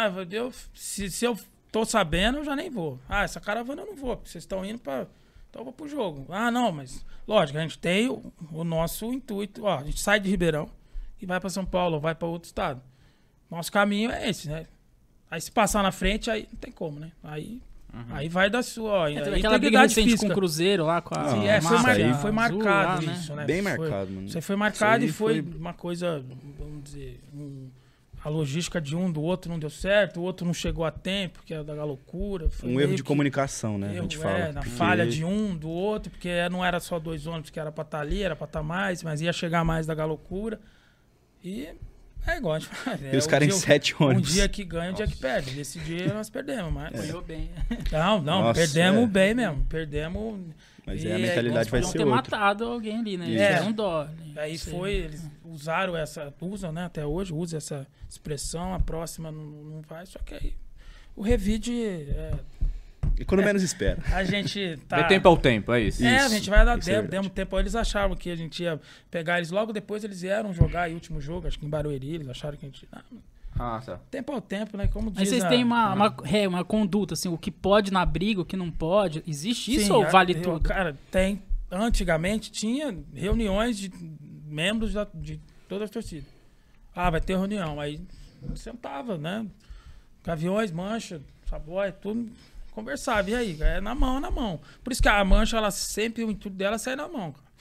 se eu tô sabendo, eu já nem vou. Essa caravana eu não vou, porque vocês estão indo pra... Então eu vou pro jogo. Não, mas... Lógico, a gente tem o nosso intuito. A gente sai de Ribeirão e vai pra São Paulo, ou vai pra outro estado. Nosso caminho é esse, né? Aí se passar na frente, aí não tem como, né? Aí vai da sua... Aí aquela briga recente com o Cruzeiro lá, com a... Sim, foi marcado lá, isso, né? Bem marcado, mano. Isso aí foi marcado Isso aí e foi uma coisa, vamos dizer... a logística de um do outro não deu certo, o outro não chegou a tempo, que é da loucura. Um erro de comunicação, né? A gente fala. Na porque- falha de um, do outro, porque não era só 2 ônibus que era pra estar ali, era pra estar mais, mas ia chegar mais da loucura. E é igual a gente fala. E os caras em 7 ônibus. Um dia que ganha, um dia que perde. Nesse dia nós perdemos, mas... Ganhou bem. Não, Nossa, perdemos bem mesmo. Perdemos... Mas e a mentalidade vai Podiam ser ter outra. matado alguém ali, né? É. Isso é um dó. né? Aí Sei. foi, eles usam, né, até hoje, usam essa expressão, a próxima não vai, só que aí o revide, E quando menos espera. a gente tá... Dê tempo ao tempo, é isso. a gente vai dar isso é tempo, verdade. demos tempo, eles achavam que a gente ia pegar eles, logo depois eles vieram jogar aí o último jogo, acho que em Barueri, eles acharam que a gente... Tá. Tempo ao tempo, né, como diz Mas vocês têm uma conduta, assim, o que pode na briga, o que não pode. Existe isso Sim, ou vale tudo? Cara, tem. Antigamente tinha reuniões de membros de todas as torcidas. Vai ter reunião. Aí sentava, né? Gaviões, Mancha, Savoia, tudo. Conversava. E aí? É na mão. Por isso que a Mancha, ela sempre, o intuito dela é sair na mão. Cara.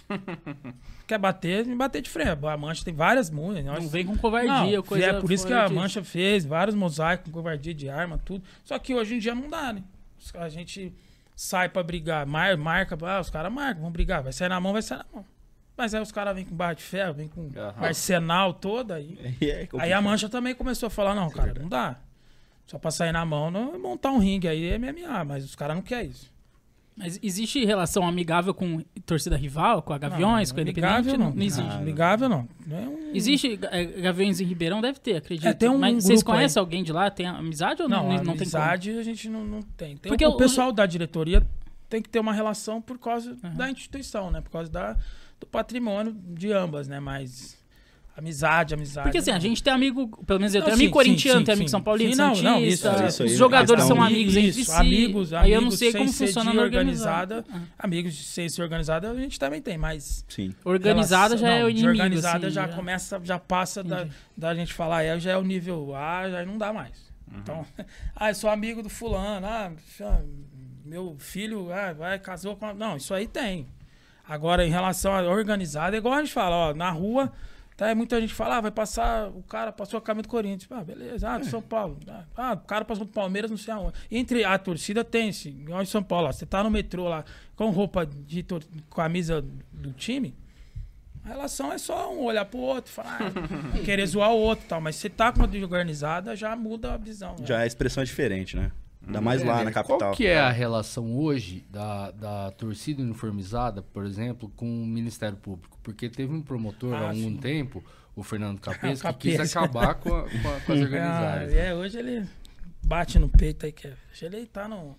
Quer bater, me bater de frente. A Mancha tem várias músicas. Não vem com covardia, Não, coisa é por isso que fora a disso. Mancha fez vários mosaicos com covardia de arma, tudo. Só que hoje em dia não dá, né? A gente sai pra brigar, marca, os caras marcam, vão brigar. Vai sair na mão, vai sair na mão. Mas aí os caras vêm com barra de ferro, vêm com arsenal todo aí. Aí a Mancha também começou a falar, não, cara, não dá. Só pra sair na mão, não montar um ringue aí é MMA, mas os caras não querem isso. Mas existe relação amigável com torcida rival, com a Gaviões, com a Independente? Amigável não. Não existe. Amigável não. Não é um... Existe Gaviões em Ribeirão? Deve ter, acredito. tem um Mas vocês grupo conhecem alguém de lá? Tem amizade ou não tem como? amizade a gente não tem. Porque o pessoal da diretoria tem que ter uma relação por causa da instituição, né? Por causa do patrimônio de ambas, né? Mas amizade. Porque assim, a gente tem amigo, pelo menos eu tenho Não, amigo sim, corintiano, sim, tem amigo sim. São Paulino, Sim, não, Santista, isso os aí, jogadores questão- são amigos entre si. amigos, Aí eu não sei sem como ser funciona de na organizada. Amigos sem ser organizada, a gente também tem, mas... Sim. Organizada já é o de inimigo. organizada assim, já passa Entendi. da gente falar, já é o nível A, já não dá mais. Então, eu sou amigo do fulano, meu filho casou com... Não, isso aí tem. Agora, em relação a organizada, é igual a gente fala, ó, na rua, muita gente fala, vai passar, o cara passou a camisa do Corinthians. Beleza, do São Paulo. O cara passou do Palmeiras, não sei aonde. Entre a torcida tem, igual em São Paulo, ó, você tá no metrô lá, com roupa de camisa do time, a relação é só um olhar pro outro, falar, querer zoar o outro e tal. Mas se tá com uma organizada, já muda a visão. Né? Já a expressão é diferente, né? Ainda mais lá na capital. Qual que é a relação hoje da torcida uniformizada, por exemplo, com o Ministério Público? Porque teve um promotor há algum tempo, o Fernando Capês, que quis acabar com as organizadas. Hoje ele bate no peito aí, ele tá no...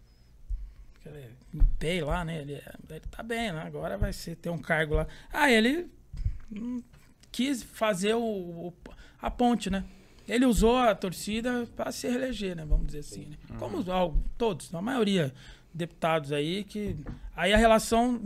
Pay lá, né? Ele tá bem, né? Agora vai ter um cargo lá. Ele quis fazer a ponte, né? Ele usou a torcida para se reeleger, né? Vamos dizer assim, né? Como todos, a maioria deputados aí, aí a relação...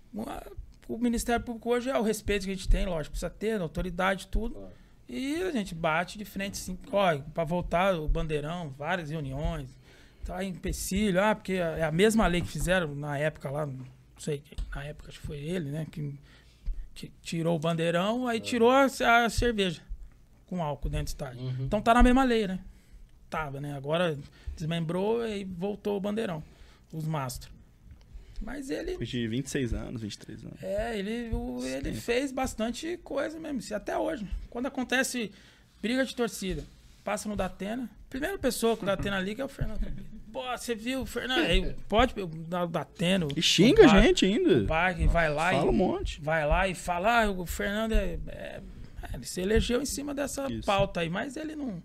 O Ministério Público hoje é o respeito que a gente tem, lógico, precisa ter, autoridade, tudo. E a gente bate de frente, assim, para voltar o bandeirão, várias reuniões, tá empecilho, porque é a mesma lei que fizeram na época lá, não sei, na época acho que foi ele, né, que tirou o bandeirão, aí tirou a cerveja com álcool dentro do estádio. Então tá na mesma lei, né? Tava, né? Agora desmembrou e voltou o bandeirão, os mastros. Mas ele... Depois de 26 anos, 23 anos. Ele fez bastante coisa mesmo, até hoje. Quando acontece briga de torcida, passa no Datena, primeira pessoa que o Datena liga é o Fernando. Pô, você viu o Fernando? Aí, pode o Datena. E xinga a gente ainda. Vai lá Fala um monte. Vai lá e fala, o Fernando ele se elegeu em cima dessa pauta aí, mas ele não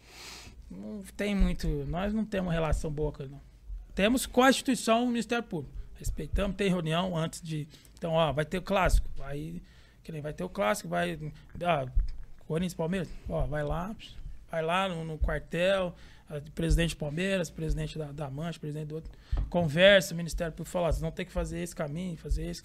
tem muito... Nós não temos relação boa com ele, não. Temos com a instituição, o Ministério Público. Respeitamos, tem reunião antes de... Então, vai ter o clássico. Aí, que nem vai ter o clássico, vai... Corinthians, Palmeiras, vai lá no quartel, presidente do Palmeiras, presidente da Mancha, presidente do outro, conversa, o Ministério Público fala, vocês vão ter que fazer esse caminho,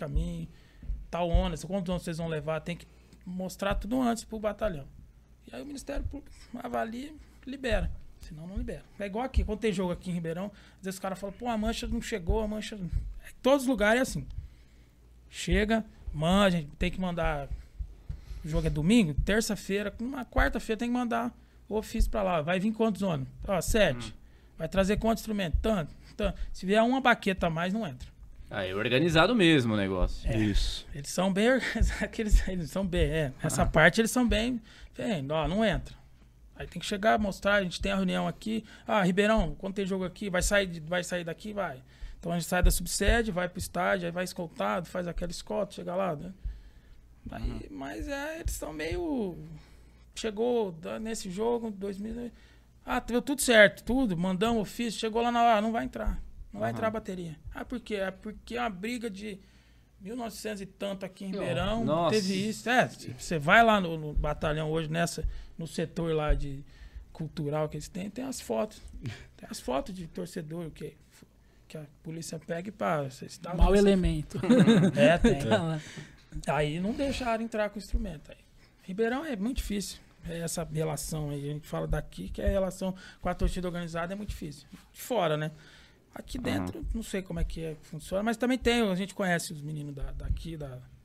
tal ônus, quantos ônus vocês vão levar, tem que mostrar tudo antes pro batalhão. E aí o Ministério Público avalia e libera. Senão não libera. É igual aqui, quando tem jogo aqui em Ribeirão, às vezes os caras falam, a Mancha não chegou, a Mancha... Em todos os lugares é assim. Chega, a gente tem que mandar... O jogo é domingo, terça-feira, uma quarta-feira tem que mandar o ofício pra lá. Vai vir quantos ônibus? 7. Vai trazer quantos instrumentos? Tanto. Se vier uma baqueta a mais, não entra. É organizado mesmo o negócio. Isso. Eles são bem organizados. Eles são bem, Essa parte eles são bem... não entra. Aí tem que chegar, mostrar, a gente tem a reunião aqui. Ribeirão, quando tem jogo aqui, vai sair daqui? Vai. Então a gente sai da subsede, vai pro estádio, aí vai escoltado, faz aquela escolta, chega lá, né? Aí, mas eles estão meio... Chegou nesse jogo, 2000... deu tudo certo, tudo, mandamos ofício, chegou lá na hora, não vai entrar. Não vai entrar a bateria. Por quê? É porque é uma briga de 1900 e tanto aqui em Ribeirão, teve isso. Você vai lá no batalhão hoje, no setor lá de cultural que eles têm, tem as fotos. Tem as fotos de torcedor que a polícia pega e pá. Mau elemento. Tem. Aí não deixaram entrar com o instrumento. Aí. Ribeirão é muito difícil. Essa relação aí, a gente fala daqui, que a relação com a torcida organizada é muito difícil. De fora, né? Aqui dentro, não sei como é que funciona, mas também a gente conhece os meninos daqui,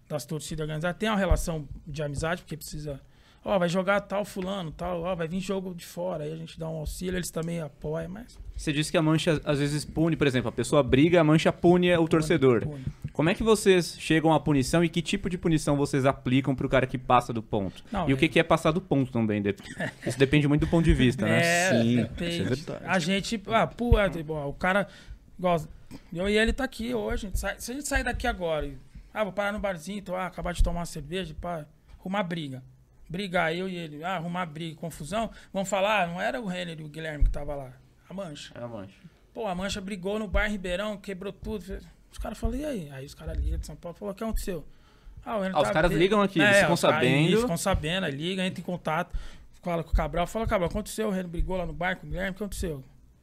das torcidas organizadas tem uma relação de amizade, porque precisa... Ó, vai jogar tal fulano, tal, ó, vai vir jogo de fora, aí a gente dá um auxílio, eles também apoiam, mas... Você disse que a mancha às vezes pune, por exemplo, a pessoa briga, a mancha pune o torcedor. Pune. Como é que vocês chegam à punição e que tipo de punição vocês aplicam pro cara que passa do ponto? Não, e o que é passar do ponto também? Isso depende muito do ponto de vista, né? Sim, depende. isso é verdade. A gente, o cara, igual, eu e ele tá aqui hoje, se a gente sair daqui agora, vou parar no barzinho, acabar de tomar uma cerveja, arrumar briga. Brigar, eu e ele, arrumar briga, confusão, vamos falar, não era o Renner e o Guilherme que tava lá, a mancha. É a mancha. Pô, a mancha brigou no bar Ribeirão, quebrou tudo. Os caras falaram, e aí? Aí os caras ligam de São Paulo, falaram, o que aconteceu? Os caras ligam aqui, eles ficam sabendo. Eles ficam sabendo, ligam, entram em contato, fala com o Cabral, Cabral, aconteceu, o Renner brigou lá no bar com o Guilherme, o que aconteceu?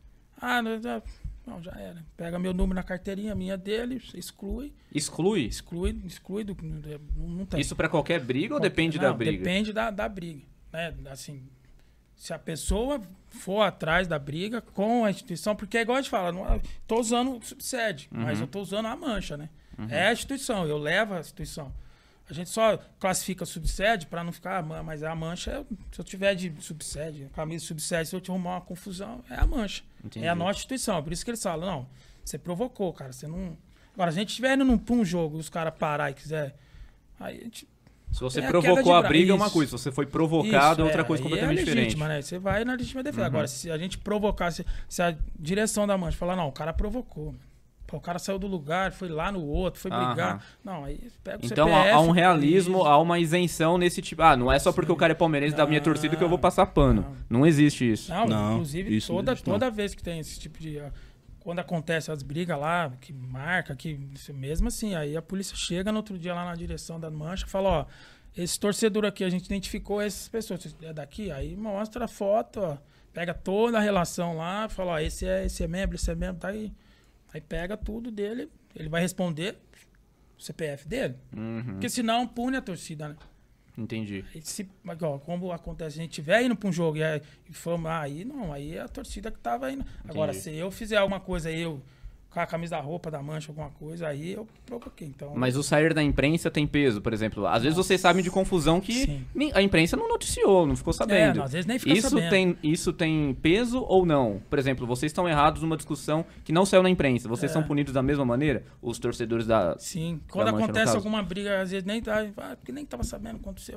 Não, já era. Pega meu número na carteirinha, minha dele, exclui. Exclui? Exclui, não tem. Isso pra qualquer briga ou depende da briga? Depende da briga. Né? Assim, se a pessoa for atrás da briga com a instituição, porque é igual a gente fala, não, tô usando o subsede, mas eu tô usando a mancha, né? É a instituição, eu levo a instituição. A gente só classifica subsede para não ficar, mas a mancha, se eu tiver de subsede, camisa de subsede, se eu te arrumar uma confusão, é a mancha. Entendi. É a nossa instituição. Por isso que eles falam, não, você provocou, cara, você não... Agora, se a gente estiver indo pra um jogo e os caras parar e quiser, aí a gente... Se você provocou a briga é uma coisa, se você foi provocado é outra coisa completamente diferente. Né? Você vai na legítima defesa. Agora, se a gente provocar, se a direção da mancha falar, não, o cara provocou, mano. O cara saiu do lugar, foi lá no outro, foi brigar. Não, aí pega o então CPF, há um realismo, há uma isenção nesse tipo. Não é só porque o cara é palmeirense da minha torcida que eu vou passar pano. Não existe isso. Não, inclusive, toda vez que tem esse tipo de... Quando acontece as brigas lá, que marca, que mesmo assim, aí a polícia chega no outro dia lá na direção da mancha e fala, ó, esse torcedor aqui, a gente identificou essas pessoas. É daqui? Aí mostra a foto, ó, pega toda a relação lá, fala, ó, esse é membro, tá aí. Aí pega tudo dele, ele vai responder o CPF dele. Porque senão pune a torcida, né? Entendi. Como acontece, se a gente estiver indo pra um jogo e for, aí é a torcida que tava indo. Agora, se eu fizer alguma coisa, com a camisa da roupa da mancha, alguma coisa, aí eu provoquei. Então, mas o sair da imprensa tem peso, por exemplo. Às vezes vocês sabem de confusão que a imprensa não noticiou, não ficou sabendo. Não, às vezes nem fica sabendo. Isso tem peso ou não? Por exemplo, vocês estão errados numa discussão que não saiu na imprensa. Vocês são punidos da mesma maneira? Os torcedores da... Sim. Quando acontece alguma briga, às vezes nem tá... Porque nem tava sabendo o que aconteceu.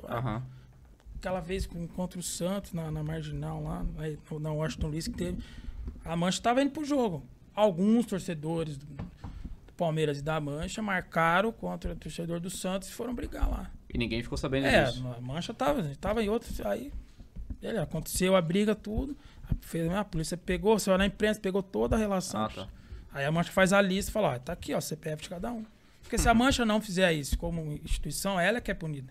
Aquela vez contra o Santos, na Marginal, lá, na Washington Luiz, que teve... A mancha tava indo pro jogo. Alguns torcedores do Palmeiras e da Mancha marcaram contra o torcedor do Santos e foram brigar lá. E ninguém ficou sabendo disso. A Mancha tava em outro... Aí aconteceu a briga, tudo. A polícia pegou, saiu na imprensa, pegou toda a relação. Aí a Mancha faz a lista e fala, ó, tá aqui, ó, CPF de cada um. Porque se a Mancha não fizer isso como instituição, ela é que é punida.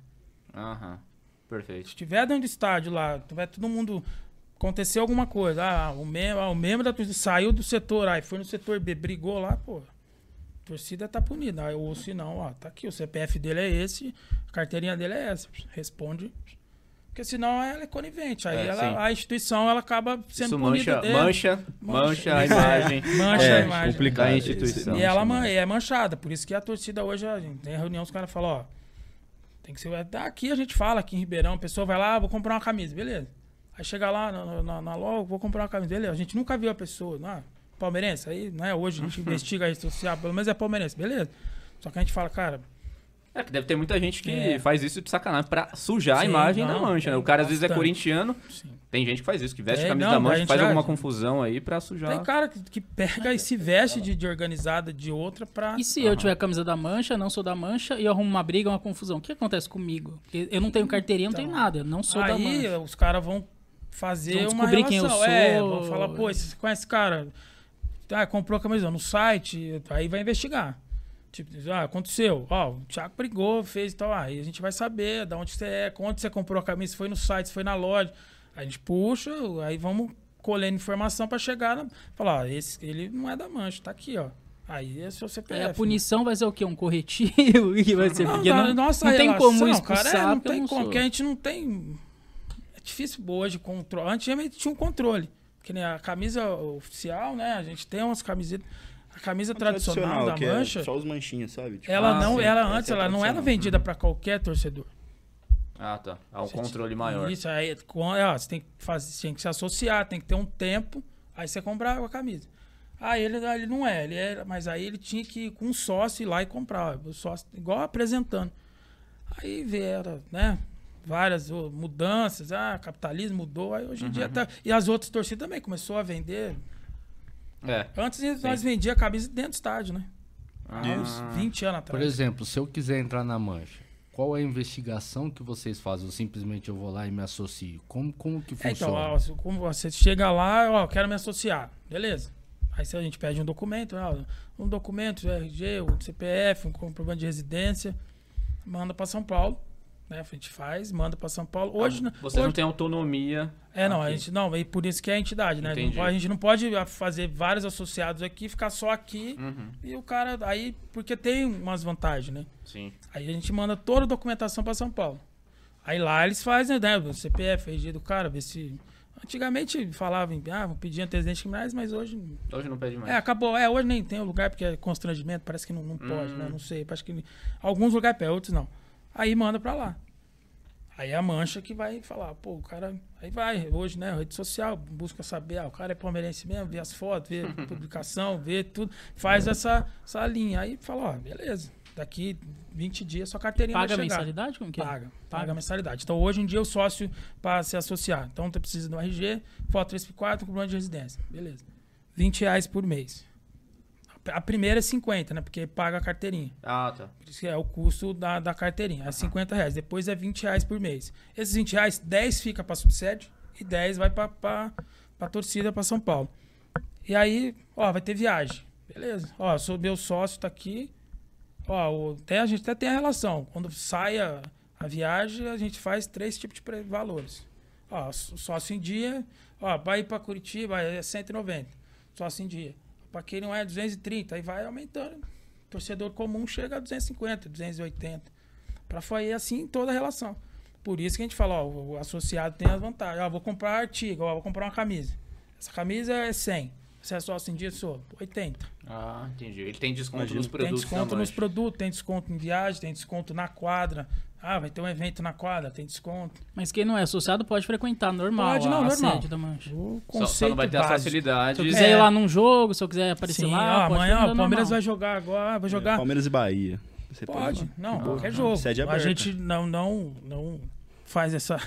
Perfeito. Se tiver dentro do estádio lá, tiver todo mundo... Aconteceu alguma coisa, o membro da torcida saiu do setor A e foi no setor B, brigou lá, pô, a torcida tá punida. Ou se não, ó, tá aqui, o CPF dele é esse, a carteirinha dele é essa, responde. Porque senão ela é conivente, aí a instituição ela acaba sendo punida dele. Mancha a imagem. Mancha a imagem complicado da instituição. E ela é manchada, por isso que a torcida hoje, a gente tem reunião, os caras falam, ó, tem que ser, aqui a gente fala, aqui em Ribeirão, a pessoa vai lá, vou comprar uma camisa, beleza. Aí chega lá na loja, vou comprar uma camisa dele, a gente nunca viu a pessoa, palmeirense, aí, né, hoje a gente investiga a rede social, pelo menos é palmeirense, beleza. Só que a gente fala, cara... que deve ter muita gente que faz isso de sacanagem pra sujar a imagem da mancha, né? O cara às vezes é corintiano, tem gente que faz isso, que veste a camisa da mancha, faz alguma confusão aí pra sujar. Tem cara que pega e se veste de organizada de outra pra... E se eu tiver a camisa da mancha, não sou da mancha, e eu arrumo uma briga, uma confusão, o que acontece comigo? Porque eu não tenho carteirinha, não tenho nada, eu não sou da mancha. Aí os caras vão fazer uma descobrir relação. Quem eu sou. Vão falar, pô, você conhece esse cara? Comprou a camisa no site, aí vai investigar. Tipo, aconteceu. O Thiago brigou, fez e tal. Aí a gente vai saber de onde você é, onde você comprou a camisa, se foi no site, se foi na loja. Aí a gente puxa, aí vamos colhendo informação pra chegar, falar, ele não é da mancha, tá aqui, ó. Aí é seu CPF. A punição vai ser o quê? Um corretivo? Que vai ser? Porque não tem como expulsar. Cara, não tem como, porque a gente não tem... Difícil hoje controle. Antigamente tinha um controle. Que nem a camisa oficial, né? A gente tem umas camisetas. A camisa tradicional da que Mancha, é só os manchinhos, sabe? Tipo, ela não, sim. ela Essa antes, é a ela não era tradicional. vendida para qualquer torcedor. Ah, tá. Há um controle maior. Isso, aí você tem que fazer, tem que se associar, tem que ter um tempo, aí você comprar a camisa. Ah, ele não é, ele era, mas aí ele tinha que ir com um sócio ir lá e comprar, o sócio, igual apresentando. Aí vieram, né, várias mudanças, capitalismo mudou, aí hoje em dia tá, e as outras torcidas também começou a vender. É. Antes nós vendíamos camisa dentro do estádio, né? Há uns 20 anos atrás. Por exemplo, se eu quiser entrar na Mancha, qual é a investigação que vocês fazem? Ou simplesmente eu vou lá e me associo? Como que funciona? Então, como você chega lá, eu quero me associar, beleza? Aí a gente pede um documento, um documento, RG, um CPF, um comprovante de residência, manda para São Paulo, né? A gente faz, manda para São Paulo. Hoje, Você não tem autonomia. não, a aqui. gente não, e por isso que é a entidade, né? Entendi. A gente não pode fazer vários associados aqui, ficar só aqui e o cara aí, porque tem umas vantagens, né? Sim. Aí a gente manda toda a documentação para São Paulo. Aí lá eles fazem, né, o CPF, RG do cara, ver se antigamente falavam, vou pedir antecedentes criminais, mas hoje Hoje não pede mais. acabou. Hoje nem tem o lugar porque é constrangimento, parece que não pode, né? Não sei, acho que alguns lugares pede, outros não. Aí manda pra lá. Aí a Mancha que vai falar, pô, o cara. Aí vai, hoje, né? Rede social, busca saber, o cara é palmeirense mesmo, vê as fotos, vê a publicação, vê tudo, faz essa linha. Aí fala, beleza, daqui 20 dias sua carteirinha Paga a vai chegar. mensalidade? Como que é? Paga a mensalidade. Então hoje em dia o sócio, para se associar, então você precisa do RG, foto 3x4, comprovante de residência. Beleza. R$20 por mês. A primeira é 50, né? Porque paga a carteirinha. Ah, tá. Por isso que é o custo da carteirinha. É R$50. Depois é R$20 por mês. Esses R$20, 10 fica para subsede e 10 vai para torcida, para São Paulo. E aí, vai ter viagem. Beleza. Sou meu sócio, tá aqui. A gente até tem a relação. Quando sai a viagem, a gente faz 3 tipos de valores. O sócio em dia, vai para Curitiba é 190. Sócio em dia. Para quem não é 230, aí vai aumentando. Torcedor comum chega a 250, 280. Para foi assim toda a relação. Por isso que a gente fala, o associado tem as vantagens. Vou comprar artigo, vou comprar uma camisa. Essa camisa é 100. Você é sócio em dia, sou 80. Ah, entendi. Ele tem desconto Imagina. nos produtos. Tem desconto da nos Mancha. produtos, tem desconto em viagem, tem desconto na quadra. Vai ter um evento na quadra, tem desconto. Mas quem não é associado pode frequentar normal Pode, não, a normal. sede da Mancha. O Só conceito não vai ter a básico. facilidade. Se eu quiser ir lá num jogo, se eu quiser aparecer Sim, lá, pode amanhã frequentar o Palmeiras normal. vai jogar agora, vai jogar. Palmeiras e Bahia. Você Pode, ir lá. não, Boa. qualquer jogo. Sede A aberta. gente não faz essa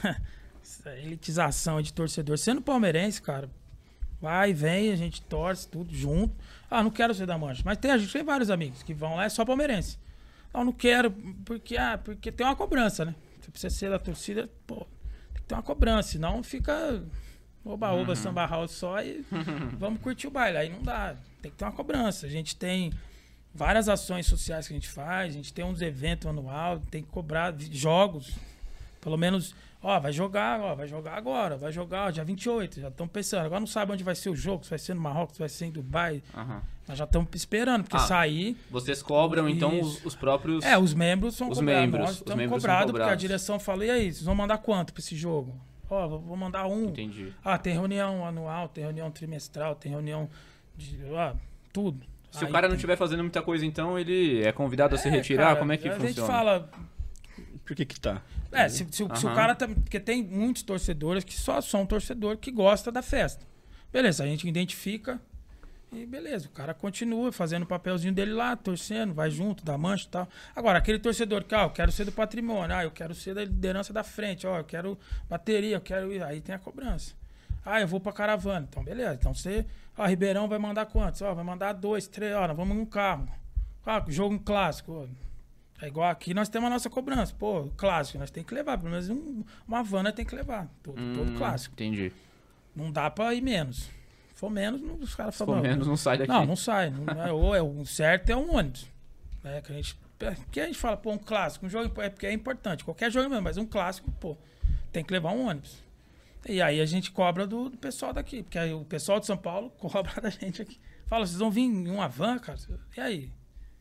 elitização de torcedor. Sendo palmeirense, cara, vai, vem, a gente torce tudo junto. Não quero ser da Mancha. Mas a gente tem vários amigos que vão lá, é só palmeirense. Não quero, porque tem uma cobrança, né? Se você ser da torcida, tem que ter uma cobrança, senão fica oba-oba, samba house só e vamos curtir o baile. Aí não dá, tem que ter uma cobrança. A gente tem várias ações sociais que a gente faz, a gente tem uns eventos anual, tem que cobrar jogos, pelo menos, vai jogar agora, vai jogar dia 28, já estamos pensando, agora não sabe onde vai ser o jogo, se vai ser no Marrocos, se vai ser em Dubai, nós já estamos esperando, porque sair... Vocês cobram, então, Isso. os próprios... os membros são Os cobrados, membros, nós os estamos membros são cobrados, porque a cobrados. direção fala, e aí, vocês vão mandar quanto para esse jogo? Vou mandar um. Entendi. Tem reunião anual, tem reunião trimestral, tem reunião de... tudo. Se Aí o cara não tem- estiver fazendo muita coisa, então ele é convidado a se retirar? cara, Como é que a funciona? gente fala... Por que tá? Se o cara tá... Porque tem muitos torcedores que só são torcedor que gosta da festa. Beleza, a gente identifica e beleza, o cara continua fazendo o papelzinho dele lá, torcendo, vai junto, dá mancha e tal. Agora, aquele torcedor que, eu quero ser do patrimônio, eu quero ser da liderança da frente, eu quero bateria, eu quero ir. Aí tem a cobrança. Eu vou pra caravana. Então, beleza. Então você... Ribeirão vai mandar quantos? Vai mandar 2, 3, nós vamos num carro. Jogo um clássico. É igual aqui, nós temos a nossa cobrança. Clássico, nós temos que levar. Pelo menos uma van nós temos que levar. Todo clássico. Entendi. Não dá pra ir menos. Se for menos, os caras Se falam... for menos, não sai daqui. Não sai. O certo é um ônibus. Né? Que a gente fala, um clássico, um jogo porque é importante. Qualquer jogo mesmo, mas um clássico, tem que levar um ônibus. E aí a gente cobra do pessoal daqui, porque aí o pessoal de São Paulo cobra da gente aqui. Fala, vocês vão vir em uma van, cara? E aí?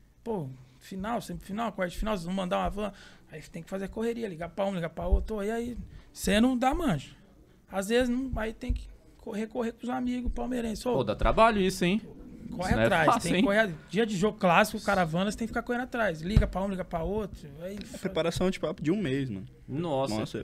Final, semifinal, quarto de final, vocês vão mandar uma van? Aí tem que fazer correria, ligar pra um, ligar pra outro. E aí, você não dá mancha. Às vezes, aí tem que correr com os amigos palmeirenses. Dá trabalho isso, hein? Corre Isso não é atrás. fácil, tem que hein? correr. Dia de jogo clássico, caravana, você tem que ficar correndo atrás. Liga pra um, liga pra outro. Aí, A preparação, tipo, de um mês, mano. Nossa.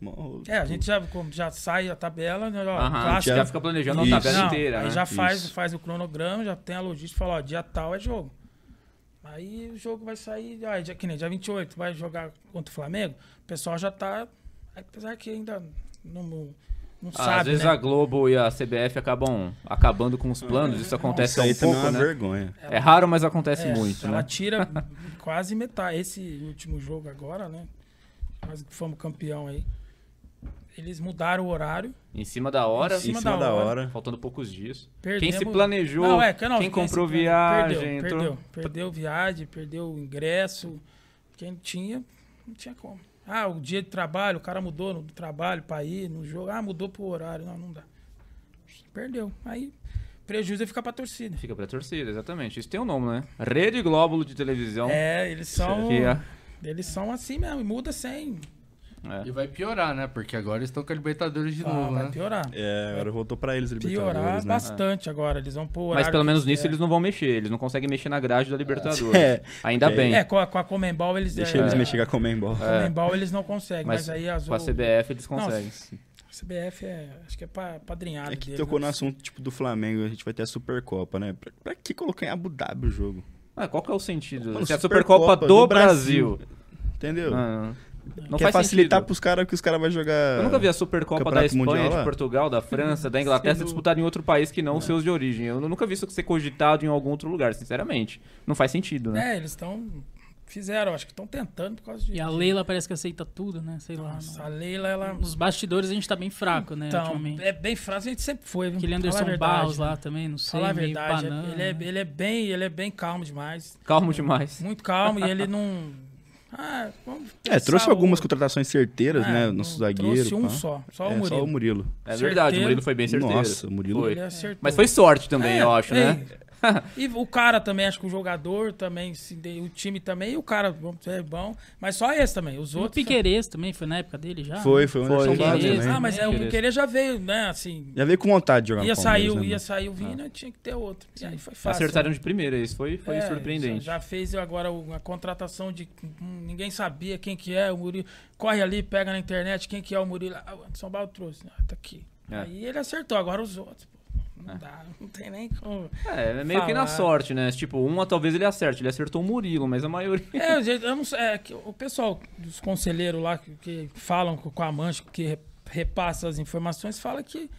a gente já sai a tabela, né? Ó, Aham, clássico. já fica planejando Isso. a tabela Não, inteira. aí né? já faz Isso. o cronograma, já tem a logística, fala, ó, dia tal é jogo. Aí o jogo vai sair, que nem dia 28, vai jogar contra o Flamengo, o pessoal já tá, apesar que ainda não sabe, Às vezes né? a Globo e a CBF acabam acabando com os planos, isso acontece Isso aí um também pouco, é uma né? vergonha. É raro, mas acontece muito, ela né? tira quase metade. Esse último jogo agora, né? Quase que fomos campeão aí. Eles mudaram o horário. Em cima da hora, Em cima Em cima da hora. faltando poucos dias. Perdemos- Quem se planejou, Não, quem quem comprou se viagem, Perdeu viagem, perdeu o ingresso. Quem tinha, não tinha como. O dia de trabalho, o cara mudou no trabalho pra ir no jogo. Mudou pro horário. Não dá. Perdeu. Aí, prejuízo é ficar pra torcida. Fica pra torcida, exatamente. Isso tem um nome, né? Rede Glóbulo de televisão. Eles são... Que é- Eles são assim mesmo, e muda sem. E vai piorar, né? Porque agora eles estão com a Libertadores de novo, Vai né? piorar. Agora voltou pra eles, Piorar Libertadores, né? bastante agora. Eles vão pôr horário. Mas pelo menos que nisso quiser. eles não vão mexer. Eles não conseguem mexer na grade da Libertadores. É. Ainda bem. Com a Comembol eles... Deixa eles mexer com a Comembol. Comembol eles não conseguem, mas, aí com a CBF eles conseguem. A CBF acho que é padrinhado É que deles, tocou né? no assunto, tipo, do Flamengo, a gente vai ter a Supercopa, né? Pra que colocar em Abu Dhabi o jogo? Qual que é o sentido? Mano, Se é a Supercopa do Brasil. Entendeu? Não Quer faz facilitar sentido. pros caras que os caras vão jogar... Eu nunca vi a Supercopa da Campeonato Espanha, Mundial de lá? Portugal, da França, da Inglaterra ser disputada em outro país que não os seus de origem. Eu nunca vi isso ser cogitado em algum outro lugar, sinceramente. Não faz sentido, né? Eles fizeram, acho que estão tentando por causa disso. E a Leila parece que aceita tudo, né? Sei lá. Nossa, a Leila, ela... Nos bastidores a gente tá bem fraco, né? Então, ultimamente. é bem fraco, a gente sempre foi. Viu? Aquele Fala a Anderson verdade, Barros né? lá também, não sei, Falar a meio verdade, banana. ele é bem calmo demais. Calmo demais. Muito calmo, e ele não... vamos pensar trouxe algumas o- contratações certeiras, né? não Nossos zagueiros. Trouxe um pá. só o É, Murilo. só o Murilo. É verdade, o Murilo foi bem certeiro. Nossa, o Murilo... Foi. Ele acertou. Mas foi sorte também, eu acho, né? E o cara também, acho que o jogador também, o time também, e o cara é bom. Mas só esse também, os O outros... Piquerez também foi na época dele já? Foi né? o Anderson Barros Piquerez. também. mas o Piquerez. Piquerez já veio, né, assim... Já veio com vontade de jogar Ia no Palmeiras, né, mano? sair o Vina, tinha que ter outro. E aí foi fácil. Acertaram de primeira, isso foi É, surpreendente. Já fez agora a contratação de... ninguém sabia quem que é o Murilo. Corre ali, pega na internet quem que é o Murilo. O Anderson Barros trouxe. Tá aqui. É. Aí ele acertou, agora os outros. Pô, não dá, não tem nem como... É meio que na falar. sorte, né? Tipo, talvez ele acerte. Ele acertou o Murilo, mas a maioria... Eu não sei, que o pessoal dos conselheiros lá que falam com a Mancha, que repassa as informações, fala que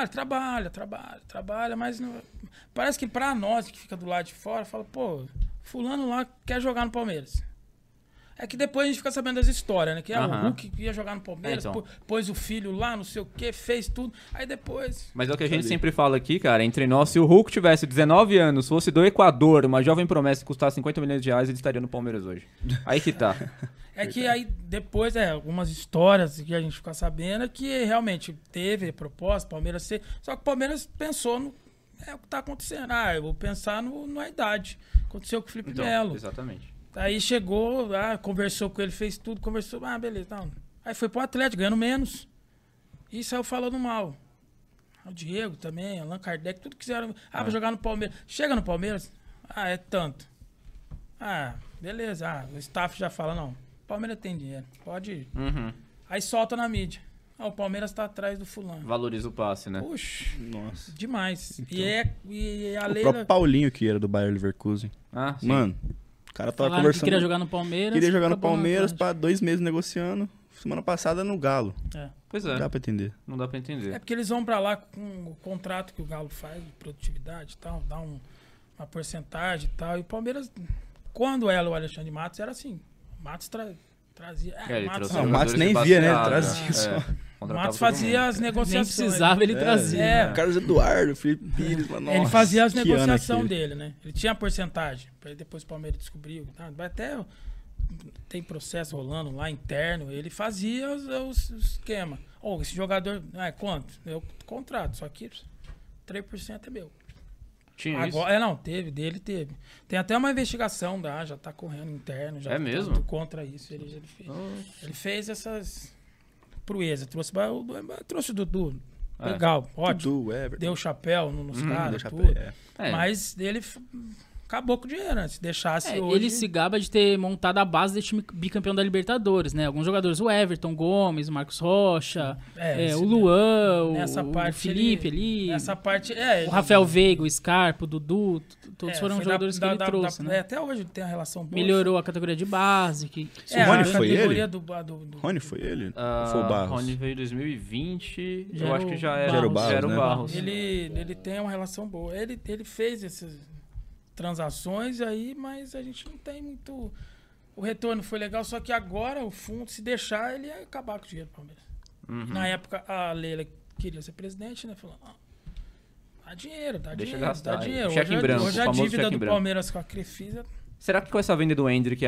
trabalha, mas não, parece que pra nós que fica do lado de fora, fala, pô, fulano lá quer jogar no Palmeiras. É que depois a gente fica sabendo das histórias, né? Que o Hulk ia jogar no Palmeiras, então. pôs o filho lá, não sei o quê, fez tudo. Aí depois... Mas é o que a gente sempre fala aqui, cara, entre nós, se o Hulk tivesse 19 anos, fosse do Equador, uma jovem promessa que custasse 50 milhões de reais, ele estaria no Palmeiras hoje. Aí que tá. É que aí depois, algumas histórias que a gente fica sabendo é que realmente teve proposta, Palmeiras ser. Só que o Palmeiras pensou no. É o que tá acontecendo. Eu vou pensar na idade. Aconteceu com o Felipe Melo. Exatamente. Aí chegou, conversou com ele, fez tudo, conversou. Beleza, não. Aí foi pro Atlético, ganhando menos. E saiu falando mal. O Diego também, Allan Kardec, tudo quiseram. Vai jogar no Palmeiras. Chega no Palmeiras, é tanto. Beleza. O staff já fala, não. Palmeiras tem dinheiro, pode ir. Aí solta na mídia. O Palmeiras tá atrás do fulano. Valoriza o passe, né? Puxa, Nossa. demais. Então. E a O Leila... próprio Paulinho, que era do Bayer Leverkusen. Sim. Mano, o cara tava Falaram conversando... que queria jogar no Palmeiras. Queria jogar no acabou Palmeiras, Atlético. pra 2 meses negociando. Semana passada no Galo. Pois é, Dá pra entender. não dá pra entender. É porque eles vão pra lá com o contrato que o Galo faz, de produtividade e tal, dá uma porcentagem e tal. E o Palmeiras, quando era o Alexandre Matos, era assim. O Matos trazia... Ele Matos, trouxe Não, o jogadores Matos nem de via, né? baseado, Trazia só. o Contratava Matos todo fazia mundo. as Nem negociações. precisava, ele trazia. É. Carlos Eduardo, Felipe Pires, mano. Ele nossa, fazia as que ano negociações aquele. dele, né? Ele tinha a porcentagem. Aí depois o Palmeiras descobriu. Vai até... Tem processo rolando lá interno. Ele fazia os esquema. Esse jogador... quanto? Eu contrato. Só que 3% é meu. Tinha isso? Agora, não, teve. Tem até uma investigação, já tá correndo interno. Já É tá mesmo? tudo contra isso. Ele fez essas proezas. Trouxe o Dudu. legal, ótimo. Dudu, Everton. Deu chapéu nos caras, Deu tudo. chapéu, Mas ele acabou com o dinheiro, né? Se deixasse hoje... Ele se gaba de ter montado a base desse time bicampeão da Libertadores, né? Alguns jogadores, o Everton Gomes, o Marcos Rocha, o Luan, o Felipe ali, Nessa parte, o Rafael Veiga, o Scarpa, o Dudu, todos foram jogadores que ele trouxe, né? Até hoje tem a relação boa. Melhorou a categoria de base. O Rony foi ele? Do Rony foi ele? Foi o Barros? Rony veio em 2020, Já eu era acho que o já Barros. era o Barros, né? Barros. Ele tem uma relação boa. Ele fez essas transações aí, mas a gente não tem muito... O retorno foi legal, só que agora o fundo, se deixar, ele ia acabar com o dinheiro do Palmeiras. Na época, a Leila queria ser presidente, né? Falou, dá dinheiro, dá Deixa dinheiro, gastar dá aí. dinheiro. Cheque em branco, Hoje a o famoso dívida cheque em do branco. Palmeiras com a Crefisa... Será que com essa venda do Hendrick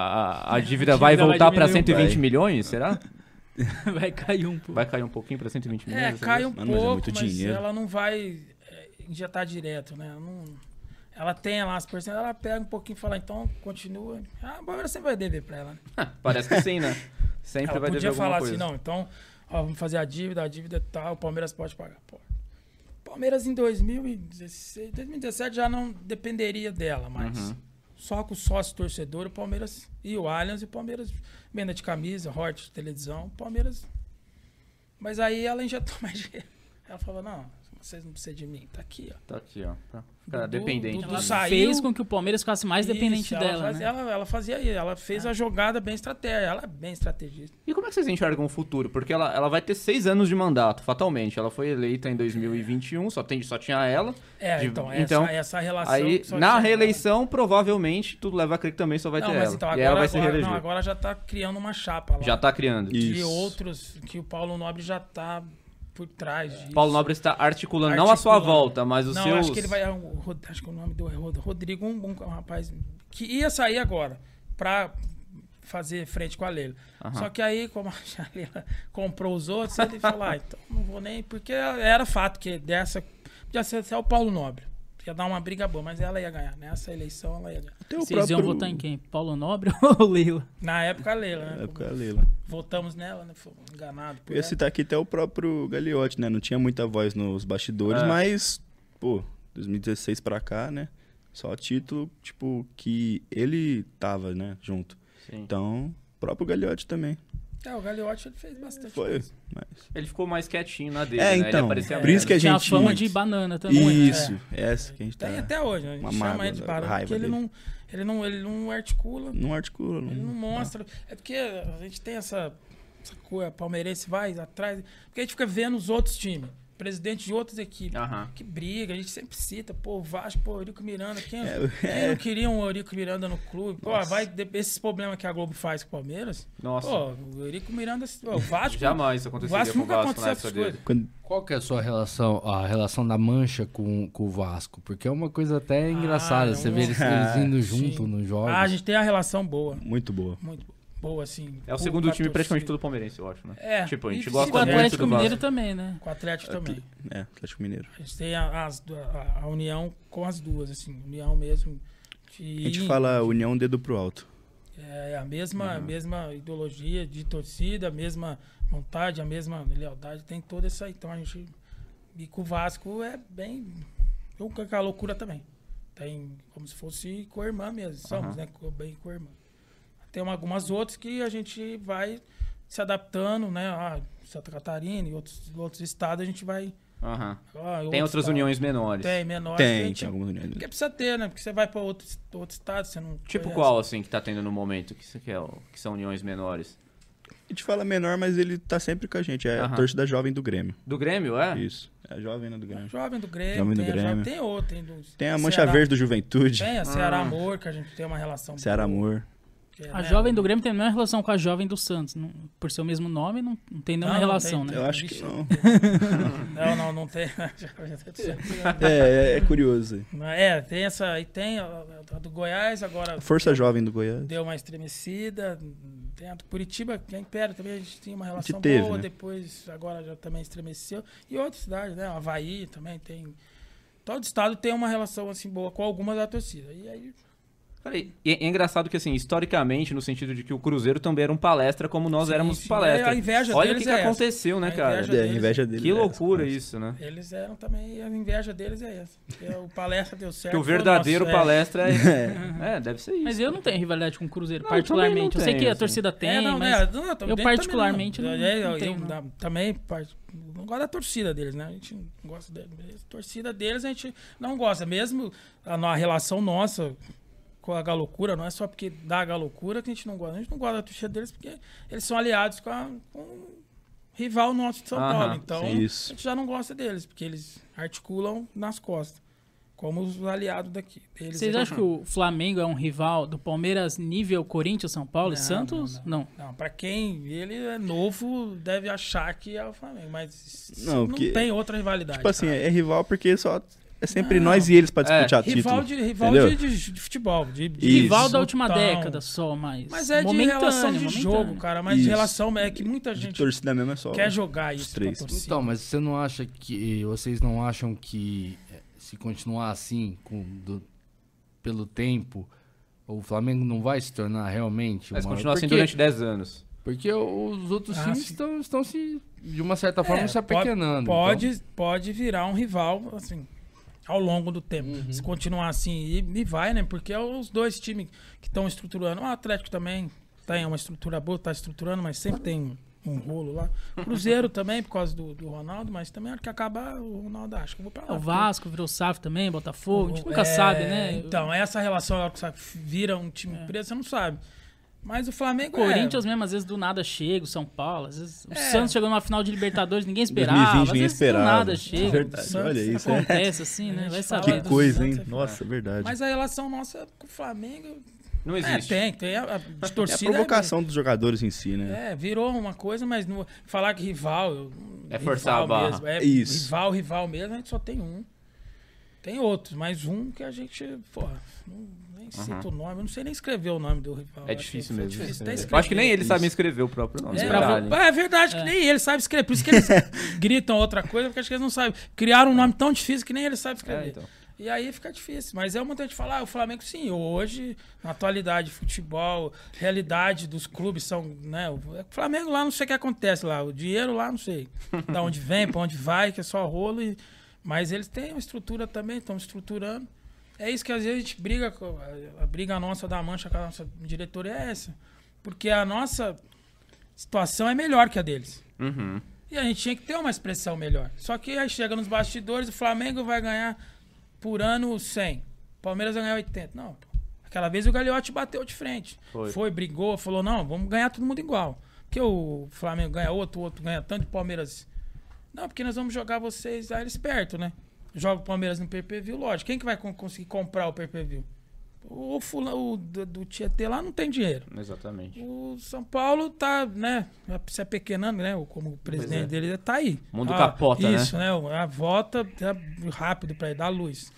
a dívida vai voltar para diminuir, 120 vai. milhões? Será? Vai cair um pouco. Vai cair um pouquinho para 120 milhões? cai um Mano, mas é pouco, muito mas dinheiro. ela não vai injetar direto, né? Ela tem lá as porcentagens, ela pega um pouquinho e fala, então, continua. A Palmeiras sempre vai dever pra ela, né? Parece que sim, né? Sempre Ela vai dever podia alguma falar coisa. assim, não, então, vamos fazer a dívida é tal, o Palmeiras pode pagar. Pode. Palmeiras em 2016, 2017 já não dependeria dela, mas só com o sócio torcedor, o Palmeiras e o Allianz, e o Palmeiras, venda de camisa, hort, televisão, o Palmeiras... Mas aí ela injetou mais dinheiro. Ela falou, não, vocês não precisam de mim, tá aqui, ó. Tá aqui, ó. Pra ficar Dudu- dependente. Dudu Ela disso. saiu- fez com que o Palmeiras ficasse mais dependente Isso, dela, né? Ela fazia isso, ela fez a jogada bem estratégica, ela é bem estrategista. E como é que vocês enxergam o futuro? Porque ela vai ter 6 anos de mandato, fatalmente. Ela foi eleita em 2021, só tinha ela. Essa relação... Aí, que só na tinha reeleição, provavelmente, tudo leva a crer que também só vai ela. ter Não, mas ela. então, E agora, ela vai se agora, reeleger. não, agora já tá criando uma chapa lá. Já tá criando. Isso. De outros, que o Paulo Nobre já tá por trás disso. Paulo Nobre está articulando, não a sua Articulando. volta, mas os Não, seus... acho que ele vai... Acho que o nome do Rodrigo, um rapaz que ia sair agora pra fazer frente com a Leila. Só que aí, como a Leila comprou os outros, ele falou, então não vou nem... Porque era fato que dessa... Podia ser o Paulo Nobre. Ia dar uma briga boa, mas ela ia ganhar. Nessa eleição, ela ia ganhar. Até o Vocês iam próprio- votar em quem? Paulo Nobre ou Leila? Na época, a Leila, né? Na época, a Leila. Votamos nela, né? Foi enganado por Eu ia ela. citar aqui até o próprio Gagliotti, né? Não tinha muita voz nos bastidores, É. mas, pô, 2016 pra cá, né? Só título, tipo, que ele tava, né? Junto. Sim. Então, o próprio Gagliotti também. O Gagliotti ele fez bastante Foi. coisa. Mas... Ele ficou mais quietinho na dele, É, né? Ele então, aparecia por isso que a Tinha a gente... fama de banana também. Isso, essa que a gente tá... Tem até hoje, né? A gente Uma chama mágoa ele de da barulho, raiva porque dele. ele não articula, Não articula, ele não não... mostra. É porque a gente tem essa coisa, palmeirense vai atrás, porque a gente fica vendo os outros times, presidente de outras equipes, Aham. que briga, a gente sempre cita, pô, o Vasco, pô, o Eurico Miranda, quem É. não queria um Eurico Miranda no clube? Pô, esses problemas que a Globo faz com o Palmeiras, Nossa. pô, o Eurico Miranda, o Vasco... Jamais isso O aconteceria Vasco com o nunca Vasco aconteceu na essas época dele. coisas. Quando... Qual que é a sua relação, a relação da Mancha com o Vasco? Porque é uma coisa até engraçada, você vê eles indo junto sim. nos jogos. A gente tem a relação boa, Muito boa. muito boa, assim. É o com segundo a time praticamente torcida. todo palmeirense, eu acho, né? É. Tipo, a gente E gosta O muito Atlético do Mineiro Vasco. também, né? Com o Atlético também. Atlético Mineiro. A gente tem a união com as duas, assim, união mesmo. A gente fala união dedo pro alto. É a mesma ideologia de torcida, a mesma vontade, a mesma lealdade, tem toda essa aí. Então a gente. E com o Vasco é bem. Com a loucura também. Tem como se fosse co-irmã mesmo. Somos, né? Bem co-irmã. Tem algumas outras que a gente vai se adaptando, né? Santa Catarina e outros estados a gente vai. Aham. outros Tem outras estados. uniões menores. Tem, menores. que a Tem gente- algumas uniões. Porque precisa ter, né? Porque você vai para outro estado, você não. Tipo conhece. qual, assim, que tá tendo no momento, que isso aqui é que são uniões menores? A gente fala menor, mas ele tá sempre com a gente. É a Aham. torcida jovem do Grêmio. Do Grêmio, é? Isso. É a jovem, né, do Grêmio. Jovem do Grêmio, Jovem do tem, Grêmio. tem outro, tem do Tem a Mancha Ceará. Verde do Juventude. Tem a Ceará Amor, que a gente tem uma relação Ceará Amor. que é, A né, jovem do Grêmio tem a mesma relação com a jovem do Santos. Por ser o mesmo nome, não tem nenhuma Não, não relação, tem. né? Eu acho que Vixe. não. Não tem. É curioso. Tem essa. E tem a do Goiás, agora Força Jovem do Goiás. deu uma estremecida. Tem a do Curitiba, que é Império também, a gente tinha uma relação teve, boa, né? depois agora já também estremeceu. E outras cidades, né? Havaí também tem. Todo estado tem uma relação assim boa com algumas da torcida. E aí Cara, e é engraçado que, assim, historicamente, no sentido de que o Cruzeiro também era um palestra como nós éramos palestra. A inveja Olha o deles que é essa. aconteceu, né, A cara? inveja A inveja dele. Que loucura isso, né? Eles eram também, a inveja deles é essa. Porque o palestra deu certo. Que o verdadeiro nossa, palestra é... deve ser isso. Mas eu não tenho rivalidade com o Cruzeiro, Não, eu também particularmente. não Eu sei que tenho, a assim. torcida tem, não, mas não, eu também particularmente não eu tenho, não. também não gosto da torcida deles, né? A gente não gosta deles. A torcida deles a gente não gosta. Mesmo a relação nossa com a Galocura, não é só porque dá a Galocura que a gente não gosta. A gente não gosta da torcida deles porque eles são aliados com um rival nosso de São Paulo. Então, isso. a gente já não gosta deles, porque eles articulam nas costas. Como os aliados daqui. Vocês acham que o Flamengo é um rival do Palmeiras nível Corinthians, São Paulo e Não, Santos? Não. Não, pra quem ele é novo, deve achar que é o Flamengo, mas Não, não porque- tem outra rivalidade. Tipo assim, cara. é rival porque só é sempre Não. nós e eles pra disputar título. rival entendeu? de futebol. De Isso. Rival da última Então, década só, mas é de momentâneo, relação de momentâneo. jogo, cara. Mas de Isso. relação é que muita De gente torcida mesmo é só quer jogar os isso três. pra torcida. Então, mas você não acha que... Vocês não acham que se continuar assim, pelo tempo, o Flamengo não vai se tornar realmente Mas uma... continuar assim Porque- durante 10 anos. Porque os outros Ah, times sim. estão se, de uma certa forma, se apequenando. Pode virar um rival, assim, ao longo do tempo. Se continuar assim, e vai, né? Porque é os dois times que estão estruturando. O Atlético também tem uma estrutura boa, tá estruturando, mas sempre tem um rolo lá. Cruzeiro também, por causa do Ronaldo, mas também, na hora que acabar, o Ronaldo acha que eu vou pra lá. O porque- Vasco virou SAF também, Botafogo, a gente nunca sabe, né? Então, essa relação, na hora que você vira um time preso, você não sabe. Mas o Flamengo Corinthians mesmo, às vezes do nada chega, o São Paulo, às vezes o É. Santos chegou numa final de Libertadores, ninguém esperava, 2020 às ninguém vezes esperava. do nada É chega. verdade, Santos olha isso. Acontece assim, né? A Vai gente saber. fala Que do coisa, hein? Santos, Nossa, verdade. Mas a relação nossa com o Flamengo... Não existe. Tem a de É a torcida. provocação dos jogadores em si, né? Virou uma coisa, mas não, falar que rival... É forçar a barra. Mesmo, Isso. Rival mesmo, a gente só tem um. Tem outros, mas um que a gente, porra, nem cito o nome, eu não sei nem escrever o nome do rival. É Acho difícil que foi mesmo. difícil até Eu escrever. acho que nem eles Isso. sabem escrever o próprio nome. É, Detalhe. é verdade que nem eles sabem escrever. Por isso que eles gritam outra coisa, porque acho que eles não sabem. Criaram um nome tão difícil que nem eles sabem escrever. então. E aí fica difícil. Mas é muita gente falar, o Flamengo sim, hoje, na atualidade, futebol, realidade dos clubes são, né? O Flamengo lá não sei o que acontece lá. O dinheiro lá não sei. Da onde vem, pra onde vai, que é só rolo. Mas eles têm uma estrutura também, estão estruturando. É isso que às vezes a gente briga, a briga nossa da Mancha com a nossa diretoria é essa. Porque a nossa situação é melhor que a deles. Uhum. E a gente tinha que ter uma expressão melhor. Só que aí chega nos bastidores, o Flamengo vai ganhar por ano 100. O Palmeiras vai ganhar 80. Não, pô. Aquela vez o Gagliotti bateu de frente. Foi. Brigou, falou, não, vamos ganhar todo mundo igual. Porque o Flamengo ganha outro, o outro ganha tanto, o Palmeiras... Não, porque nós vamos jogar vocês, aí eles perto, né? Joga o Palmeiras no pay-per-view, lógico. Quem que vai conseguir comprar o pay-per-view? O fulano do Tietê lá não tem dinheiro. Exatamente. O São Paulo tá, né, se apequenando, né, como o presidente dele tá aí. O mundo capota, né? Isso, né, a volta é rápido pra ir dar luz.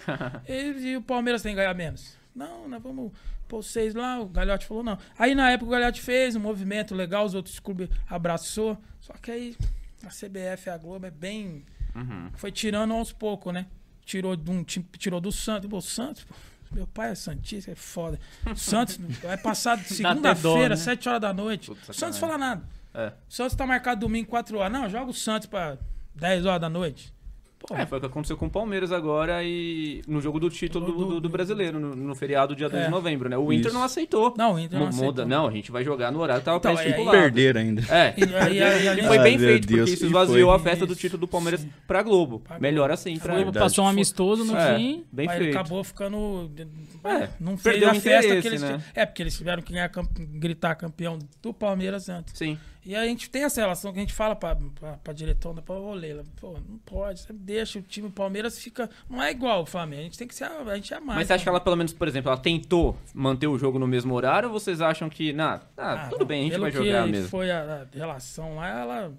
E o Palmeiras tem que ganhar menos. Não, nós vamos pôr vocês lá, o Gagliotti falou não. Aí na época o Gagliotti fez um movimento legal, os outros clubes abraçou, só que aí a CBF e a Globo é bem... Foi tirando aos poucos, né? Tirou de um time, tirou do Santos. Pô, Santos, pô, meu pai é santista, é foda. Santos vai passar de Dá até dó, segunda-feira, né? 7 horas da noite. Puta O Santos sacanagem. fala nada. É. O Santos tá marcado domingo, 4 horas. Não, joga o Santos pra 10 horas da noite. Pô, Foi o que aconteceu com o Palmeiras agora e no jogo do título do brasileiro, no feriado dia 2 de novembro, né? O Inter Isso. não aceitou. Não, o Inter não Muda. aceitou. Não, a gente vai jogar no horário que tava Então, pré-estipulado. Perderam ainda. É, aí- e foi bem Ah, meu feito, Deus, porque isso e esvaziou foi. a festa do título do Palmeiras pra Globo. Melhor assim pra Globo passou um amistoso no É, fim. bem Aí feito. acabou ficando. É, não fez perdeu a o festa interesse, que eles né? É, porque eles tiveram que gritar campeão do Palmeiras antes. Sim. E a gente tem essa relação que a gente fala pra diretora, pra Leila, pô, não pode, você deixa o time Palmeiras fica. Não é igual o Flamengo, a gente tem que ser. A gente é mais. Mas você acha que ela, pelo menos, por exemplo, ela tentou manter o jogo no mesmo horário ou vocês acham que, tudo não, bem, a gente pelo vai que jogar mesmo? Foi a relação lá, ela.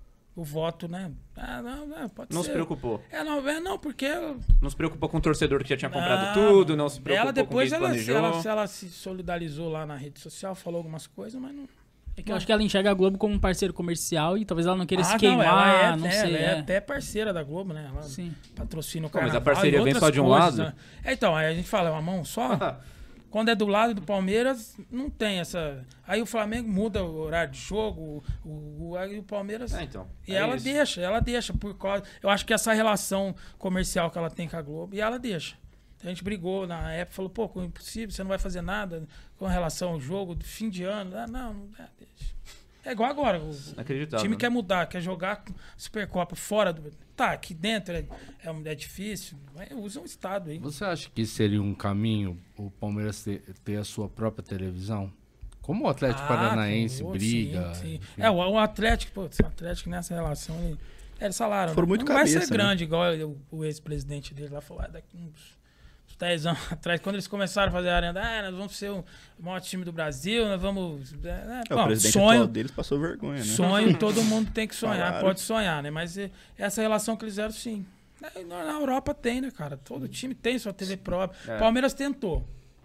O voto, né? Não, pode Não ser. se preocupou. Não, porque. Não se preocupou com o torcedor que já tinha comprado Não, tudo, não se preocupou Ela depois com quem planejou. ela se solidarizou lá na rede social, falou algumas coisas, mas não. É que eu acho que ela enxerga a Globo como um parceiro comercial e talvez ela não queira se Não, queimar, não ela sei. é até parceira da Globo, né? Ela Sim. patrocina o Pô, mas Carnaval a parceria e vem outras só de um coisas, lado? né? Então, aí a gente fala, é uma mão só? Quando é do lado do Palmeiras, não tem essa... Aí o Flamengo muda o horário de jogo, aí o Palmeiras... então. E ela deixa por causa... Eu acho que essa relação comercial que ela tem com a Globo, e ela deixa. A gente brigou na época, falou, pô, impossível, você não vai fazer nada com relação ao jogo do fim de ano. Deixa. É igual agora, o time quer mudar, quer jogar Supercopa fora do... Tá, aqui dentro é difícil, mas usa um estado aí. Você acha que seria um caminho o Palmeiras ter a sua própria televisão? Como o Atlético Paranaense briga... Sim. O Atlético, o Atlético nessa relação, eles falaram, foram muito não cabeça, vai ser grande igual o ex-presidente dele lá falou, daqui uns 10 anos atrás, quando eles começaram a fazer a arena, nós vamos ser o maior time do Brasil, nós vamos... o presidente atual deles passou vergonha, né? Sonho, todo mundo tem que sonhar, Falaram. pode sonhar, né? Mas essa relação que eles fizeram, sim. Na Europa tem, né, cara? Todo time tem sua TV própria. Palmeiras tentou.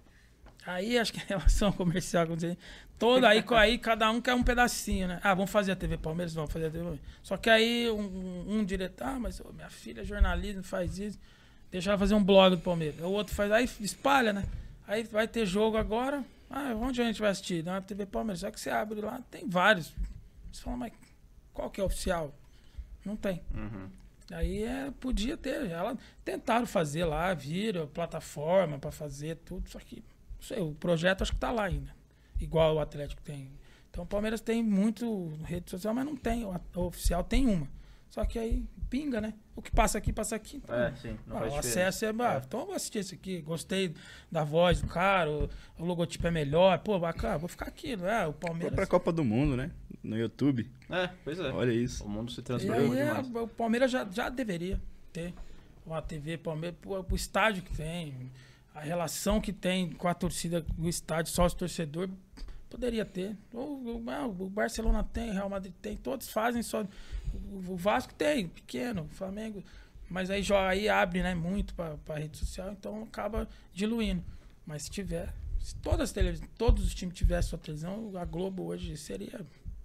Aí acho que a relação comercial, como dizer, toda aí cada um quer um pedacinho, né? Vamos fazer a TV Palmeiras, vamos fazer a TV Palmeiras. Só que aí um diretor, mas minha filha é jornalista, faz isso. Deixa ela fazer um blog do Palmeiras. O outro faz, aí espalha, né? Aí vai ter jogo agora. Onde a gente vai assistir? Na TV Palmeiras. Só que você abre lá, tem vários. Você fala, mas qual que é o oficial? Não tem. Aí podia ter. Ela tentaram fazer lá, viram plataforma pra fazer tudo. Só que, não sei, o projeto acho que tá lá ainda. Igual o Atlético tem. Então o Palmeiras tem muito rede social, mas não tem. O oficial tem uma. Só que aí pinga, né? O que passa aqui, passa aqui. Então, Sim. Não o acesso então eu vou assistir esse aqui. Gostei da voz do cara, o logotipo é melhor. Pô, bacana, vou ficar aqui. O Palmeiras... Foi pra Copa do Mundo, né? No YouTube. Pois é. Olha isso. O mundo se E transformou aí, demais. o Palmeiras já deveria ter uma TV Palmeiras, o estádio que tem, a relação que tem com a torcida, o estádio, sócio-torcedor, poderia ter. O Barcelona tem, o Real Madrid tem, todos fazem só... O Vasco tem, pequeno, o Flamengo, mas aí abre, né, muito para rede social, então acaba diluindo. Mas se todos os times tivessem sua televisão, a Globo hoje seria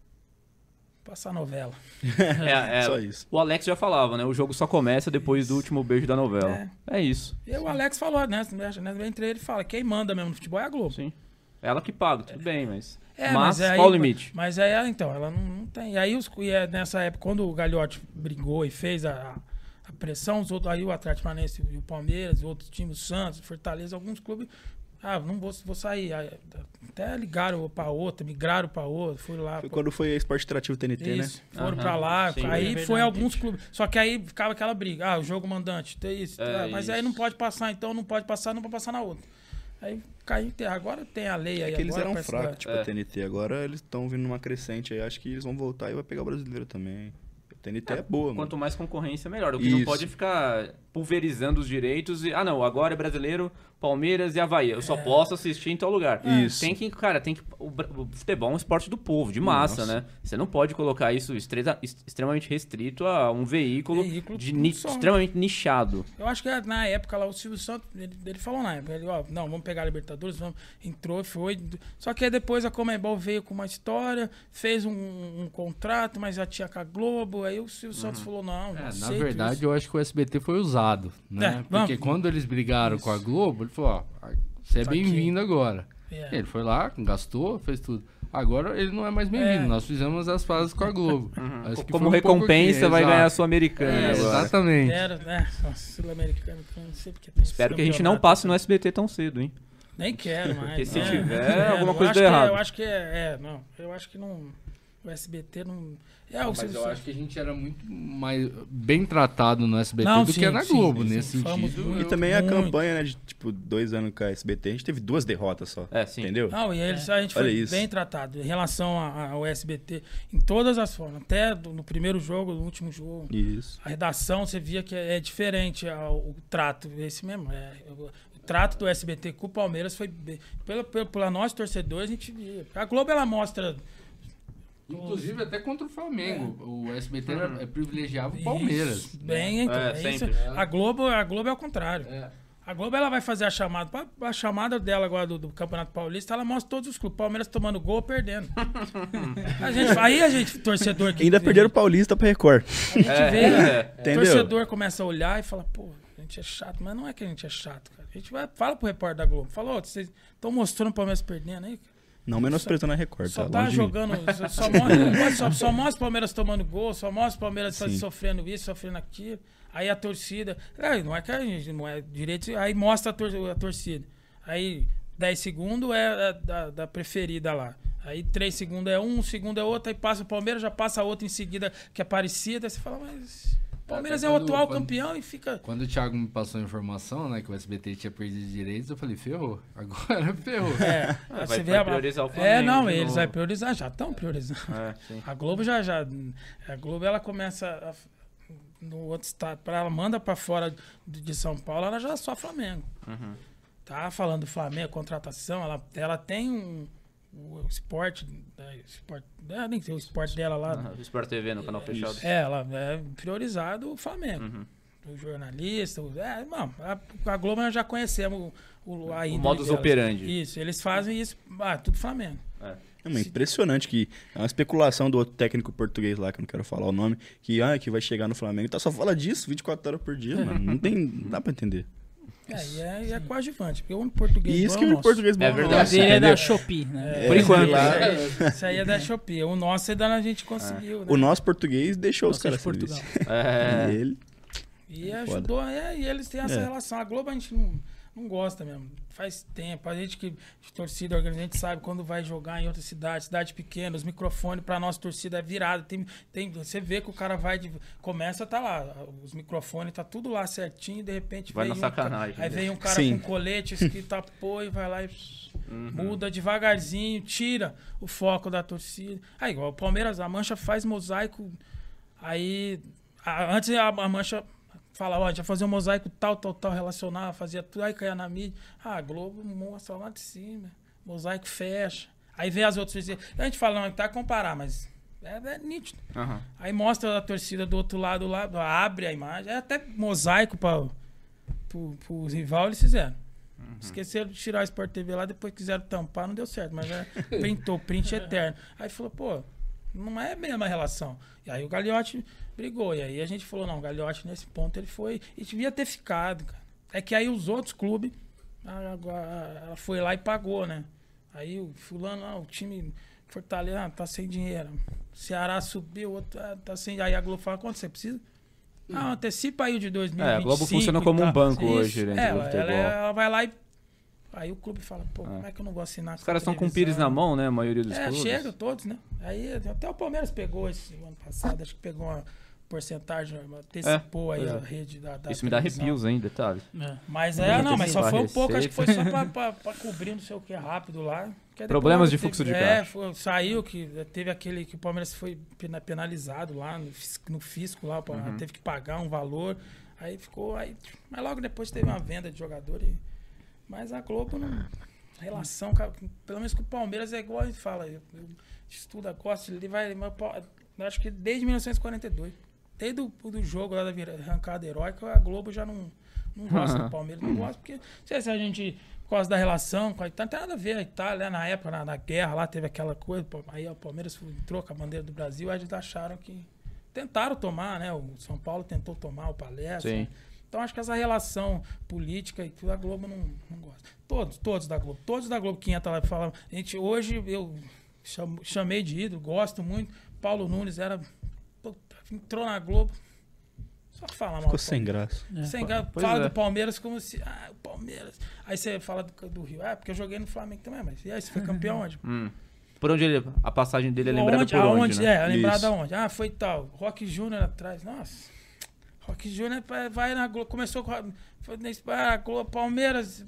passar novela. Só isso. O Alex já falava, né? O jogo só começa depois do último beijo da novela. É isso. E o Alex falou, né? Entre ele fala, quem manda mesmo no futebol é a Globo. Sim. Ela que paga, tudo bem, mas... Mas qual o limite? Mas aí, então, ela não tem. E aí, nessa época, quando o Gagliotti brigou e fez a pressão, aí o Atlético Paranaense e o Palmeiras, outros times, o Santos, Fortaleza, alguns clubes, não vou sair. Aí, até ligaram pra outra, migraram pra outra, foram lá. Foi quando foi Esporte Interativo TNT, isso, né? foram pra lá, sim, aí foi alguns clubes. Só que aí ficava aquela briga, o jogo mandante, tem isso. Mas aí não pode passar, então não pode passar na outra. Aí caiu em terra. Agora tem a lei aí. É que eles agora eram fracos, tipo a TNT. Agora eles estão vindo numa crescente aí. Acho que eles vão voltar e vai pegar o brasileiro também. A TNT é boa, mano. Quanto mais concorrência, melhor. O que não pode ficar pulverizando os direitos e... agora é brasileiro, Palmeiras e Avaí. Eu só posso assistir em tal lugar. Isso. O futebol é um esporte do povo, de massa, né? Você não pode colocar isso extremamente restrito a um veículo extremamente nichado. Eu acho que na época lá, o Silvio Santos, ele falou na época, vamos pegar a Libertadores, entrou, foi. Só que aí depois a Conmebol veio com uma história, fez um contrato, mas já tinha com a Globo, aí o Silvio Santos falou, não na verdade, eu acho que o SBT foi usado, né? Porque quando eles brigaram com a Globo, ele falou, você é bem-vindo agora. Ele foi lá, gastou, fez tudo. Agora ele não é mais bem-vindo. Nós fizemos as fases com a Globo. Acho que como recompensa vai ganhar a Sul-Americana agora. Exatamente. Sul-Americana, não sei porque tem. Espero que a gente não passe no SBT tão cedo, hein? Nem quero mais. Porque se tiver, alguma coisa deu errado. Eu acho que eu acho que não... O SBT não... Mas eu acho que a gente era muito mais bem tratado no SBT do sim, que na Globo, nesse sentido. E também a campanha, né, de 2 anos com a SBT, a gente teve 2 derrotas só. Sim. Entendeu? Não, e a gente foi bem tratado em relação ao SBT, em todas as formas. Até no primeiro jogo, no último jogo. Isso. A redação, você via que é diferente o trato, esse mesmo. O trato do SBT com o Palmeiras foi bem. Pela nós, torcedores, a gente via. A Globo, ela mostra... Inclusive até contra o Flamengo. O SBT privilegiava o Palmeiras. Isso, bem, então. Sempre. A Globo é ao contrário. A Globo ela vai fazer a chamada. A chamada dela agora do Campeonato Paulista, ela mostra todos os clubes. Palmeiras tomando gol, perdendo. Aí a gente, torcedor... que Ainda perderam o Paulista pra Record. A gente vê, né? O Entendeu? torcedor começa a olhar e fala, pô, a gente é chato. Mas não é que a gente é chato, cara. A gente fala pro repórter da Globo. Fala, ó, vocês estão mostrando o Palmeiras perdendo aí, cara. Não menosprezando a Record, Só tá? tá Longe de mim. jogando, só mostra o Palmeiras tomando gol, só mostra o Palmeiras sofrendo isso, sofrendo aquilo. Aí a torcida, não é que a gente não é direito, aí mostra a torcida. Aí 10 segundos é da preferida lá. Aí 3 segundos é um segundo é outro, aí passa o Palmeiras, já passa outra em seguida que é parecida. Aí você fala, mas o Palmeiras é o atual campeão e fica... Quando o Thiago me passou a informação, né, que o SBT tinha perdido direitos, eu falei, ferrou. Agora ferrou. Você vê vai priorizar o Flamengo não, de eles novo. vão priorizar, já estão priorizando. Sim. A Globo a Globo ela começa no outro estado, ela manda pra fora de São Paulo, ela já é só Flamengo. Tá falando do Flamengo, contratação, ela tem o esporte, nem sei o esporte dela lá. O Sport TV no canal fechado. Ela é priorizado o Flamengo. O jornalista, a Globo nós já conhecemos o modus delas. operandi. Isso, eles fazem isso, tudo Flamengo. É impressionante que é uma especulação do outro técnico português lá, que eu não quero falar o nome, que vai chegar no Flamengo. Tá, só fala disso 24 horas por dia, mano. Não dá pra entender. E é coadjuvante, porque o único português E isso bom que é o o nosso. português bom É é o verdade. nosso, Ele é entendeu? da Shopee, né? Por enquanto. Isso aí é da Shopee. O nosso ainda a gente conseguiu, né? O nosso português deixou os Nossa, caras de Portugal. serviço. É. E ele... E ajudou, e eles têm essa relação. A Globo a gente não gosta mesmo. Faz tempo. A gente que de torcida organizada, a gente sabe quando vai jogar em outra cidade pequena, os microfones pra nossa torcida é virado. Você vê que o cara começa, tá lá, os microfones, tá tudo lá certinho, de repente Vai vem na sacanagem, aí né? vem um cara Sim. com colete escrito apoio, vai lá e muda devagarzinho, tira o foco da torcida. Aí, igual o Palmeiras, a Mancha faz mosaico, aí antes a Mancha fala, ó, a gente vai fazer um mosaico tal, relacionar, fazia tudo, aí caia na mídia. A Globo mostra lá de cima, mosaico fecha. Aí vê as outras, a gente fala, não, tá a comparar, mas é nítido. Aí mostra a torcida do outro lado lá, abre a imagem, até mosaico pro rival eles fizeram. Esqueceram de tirar o Sport TV lá, depois quiseram tampar, não deu certo, mas já printou, print eterno. Aí falou, pô, não é a mesma relação. E aí o Gagliotti brigou. E aí a gente falou, não, o Gagliotti nesse ponto ele foi... E devia ter ficado, cara. É que aí os outros clubes, ela foi lá e pagou, né? Aí o fulano, o time Fortaleza, tá sem dinheiro. Ceará subiu, outro tá sem... Aí a Globo fala, quanto você precisa? Não, antecipa aí o de 2025. A Globo funciona como um banco hoje, né? Ela vai lá e... Aí o clube fala, pô, como é que eu não vou assinar? Os caras estão com o Pires na mão, né? A maioria dos clubes. Chega todos, né? Aí até o Palmeiras pegou esse ano passado, acho que pegou uma porcentagem, antecipou aí a rede da Isso me dá televisão. arrepios ainda, tá? Mas mas só foi um pouco, acho que foi só pra cobrir não sei o que rápido lá. Problemas de fluxo de caixa. Saiu que teve aquele que o Palmeiras foi penalizado lá no fisco lá, teve que pagar um valor. Aí ficou, mas logo depois teve uma venda de jogador mas a Globo não... Relação, pelo menos com o Palmeiras é igual a gente fala. Eu estudo, gosto, ele vai... Eu acho que desde 1942. Desde o jogo lá da arrancada heróica, a Globo já não gosta do Palmeiras. Não gosta, porque... Não sei se a gente... Por causa da relação com a Itália, não tem nada a ver. A Itália, na época, na guerra, lá teve aquela coisa. Aí o Palmeiras entrou com a bandeira do Brasil, aí eles acharam que... Tentaram tomar, né? O São Paulo tentou tomar o Palestra. Sim. Então, acho que essa relação política e tudo, a Globo não gosta. Todos da Globo. Todos da Globo que entra lá e falam. Hoje eu chamei de ídolo, gosto muito. Paulo Nunes entrou na Globo. Só fala mal. Ficou sem graça. Sem graça. Fala do Palmeiras como se... o Palmeiras... Aí você fala do Rio. Porque eu joguei no Flamengo também, mas... E aí, você foi campeão onde? Por onde a passagem dele é lembrada por onde, né? Lembrada onde? Foi tal. Roque Júnior atrás. Nossa... Roque Júnior vai na Globo, começou com a Globo, Palmeiras,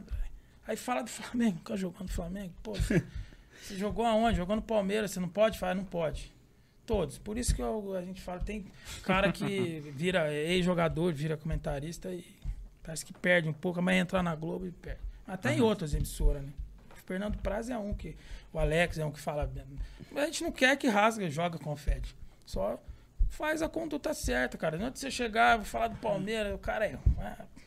aí fala do Flamengo, nunca jogou no Flamengo, pô, você jogou aonde? Jogou no Palmeiras, você não pode falar? Não pode. Todos, por isso que a gente fala, tem cara que vira ex-jogador, vira comentarista e parece que perde um pouco, mas entra na Globo e perde. Até em outras emissoras, né? O Fernando Praz é um o Alex é um que fala, a gente não quer que rasga, joga confete, só... Faz a conduta certa, cara. Não é de você chegar e falar do Palmeiras, o cara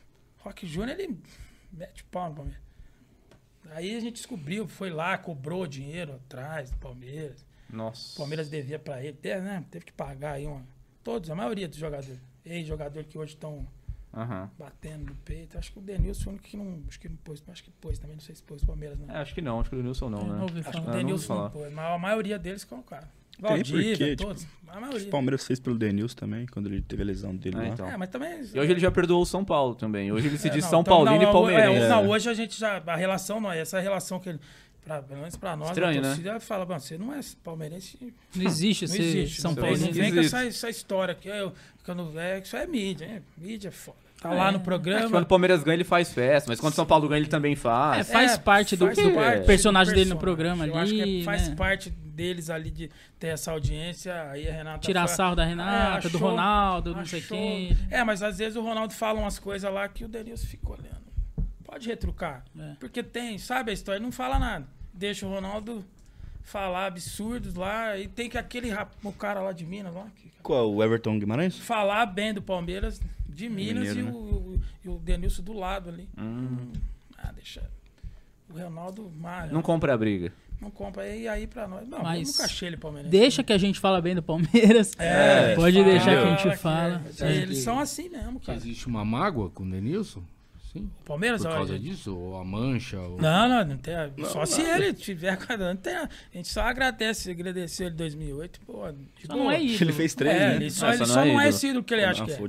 Roque Júnior, ele mete o pau no Palmeiras. Aí a gente descobriu, foi lá, cobrou dinheiro atrás do Palmeiras. Nossa. O Palmeiras devia pra ele, teve que pagar aí todos, a maioria dos jogadores. Ex-jogadores que hoje estão batendo no peito. Acho que o Denilson foi o único que não. Acho que não pôs, acho que pôs também, não sei se pôs o Palmeiras, não. Acho que não, acho que o Denilson não, né? Acho que o Denilson não pôs, mas a maioria deles colocaram. Valdívia, todos. A maioria. O Palmeiras fez pelo Denilson também, quando ele teve a lesão dele lá. Então. Mas também. E hoje ele já perdoou o São Paulo também. Hoje ele se diz não, São então, Paulino e palmeirense. Não, hoje a gente já. A relação não é essa relação que ele. Pelo menos pra nós, estranho, a torcida fala, você não é palmeirense. Não existe Não ser existe. São Não Paulo. vem com essa história aqui. Isso é mídia, hein? Mídia é foda. Tá lá no programa. Quando o Palmeiras ganha, ele faz festa, mas quando o São Paulo ganha, ele também faz. Faz parte do personagem dele no programa Eu acho que ali. faz né? parte deles ali de ter essa audiência. Aí a Renata. Tirar sarro da Renata, do Ronaldo, não sei quem. Mas às vezes o Ronaldo fala umas coisas lá que o Denilson fica olhando. Pode retrucar. Porque tem, sabe a história? Não fala nada. Deixa o Ronaldo falar absurdos lá. E tem que o cara lá de Minas lá. Qual? O Everton Guimarães? Falar bem do Palmeiras de Minas Mineiro, e o Denilson do lado ali. Deixa. O Ronaldo. Não compra a briga. Não compra. E aí pra nós. Não, mas eu nunca achei ele palmeirense. Deixa que a gente fala bem do Palmeiras. Pode deixar que a gente fala. Eles são assim mesmo, Que cara. existe uma mágoa com o Denilson? Sim. O Palmeiras, Por causa disso? Ou a mancha? Ou... Não tem. Só se ele tiver. Não tem, a gente só agradeceu ele em 2008. Pô, só não é isso. Ele fez 3, né? Ele só não é esse ídolo que ele acha que é.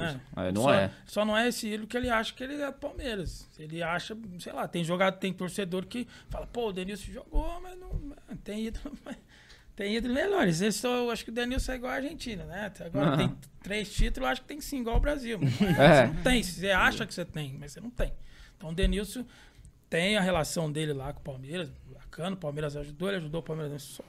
Só não é esse ídolo que ele acha que ele é Palmeiras. Ele acha, sei lá, tem torcedor que fala, pô, o Denilson jogou, mas não tem ídolo. Tem ídolos melhores. Eu acho que o Denilson é igual a Argentina, né? Agora tem 3 títulos, eu acho que tem 5 igual ao Brasil. Você não tem. Você acha que você tem, mas você não tem. Então o Denilson tem a relação dele lá com o Palmeiras. Bacana, o Palmeiras ajudou, ele ajudou o Palmeiras só.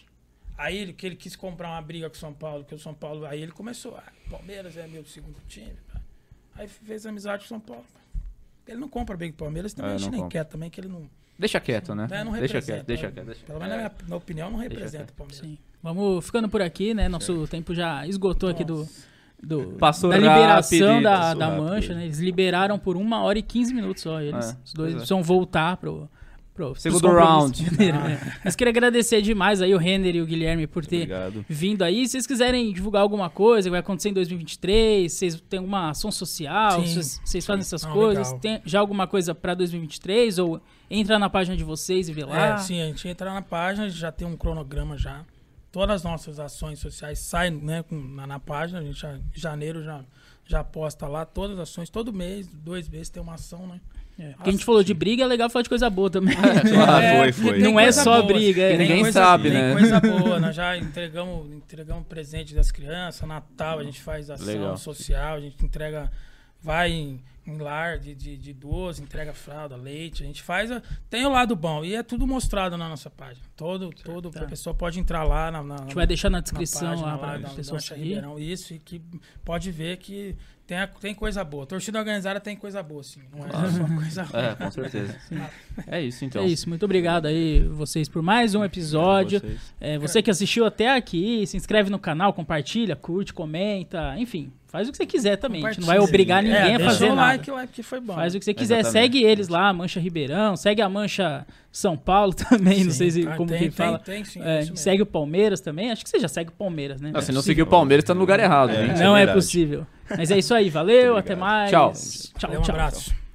Aí que ele quis comprar uma briga com o São Paulo, que o São Paulo. Aí ele começou, Palmeiras é meu segundo time. Aí fez amizade com o São Paulo. Ele não compra briga com o Palmeiras, também a gente nem quer também, que ele não. Deixa quieto, né? Não Deixa representa. quieto. Pelo menos na minha opinião, não representa o Palmeiras. Sim. Vamos ficando por aqui, né? Nosso tempo já esgotou aqui Passou da liberação rápido, da rápido. mancha, né? Eles liberaram por 1 hora e 15 minutos só. Os dois precisam voltar pro segundo round. Mas queria agradecer demais aí o Renner e o Guilherme por ter vindo aí. Se vocês quiserem divulgar alguma coisa que vai acontecer em 2023, vocês têm alguma ação social, vocês fazem essas coisas, tem já alguma coisa para 2023 ou entra na página de vocês e vê lá? Sim, a gente entra na página, a gente já tem um cronograma já. Todas as nossas ações sociais saem, né, na página, a gente em janeiro já posta lá todas as ações, todo mês, 2 meses tem uma ação, né? Porque a gente falou de briga, é legal falar de coisa boa também. Foi. Não é só briga. Ninguém sabe, né? Tem coisa boa, nós já entregamos presente das crianças, Natal a gente faz ação social, a gente entrega, vai em lar de idoso, entrega fralda, leite, a gente faz, tem o lado bom e é tudo mostrado na nossa página. A pessoa pode entrar lá na a gente vai deixar na descrição lá para a pessoa sair. Isso, e que pode ver que tem coisa boa. Torcida organizada tem coisa boa, sim. Não é só coisa ruim. Com certeza. É isso, então. É isso. Muito obrigado aí vocês por mais um episódio. Você que assistiu até aqui, se inscreve no canal, compartilha, curte, comenta, enfim. Faz o que você quiser também. A gente não vai obrigar ninguém a fazer nada. Deixa o like que foi bom. Faz o que você quiser. Exatamente. Segue eles lá, Mancha Ribeirão. Segue a Mancha São Paulo também. Não sei como que fala. Sim, segue o Palmeiras também. Acho que você já segue o Palmeiras, né? Se não seguir o Palmeiras, tá no lugar errado. Não é possível. Mas é isso aí. Valeu. Até mais. Tchau. Um abraço.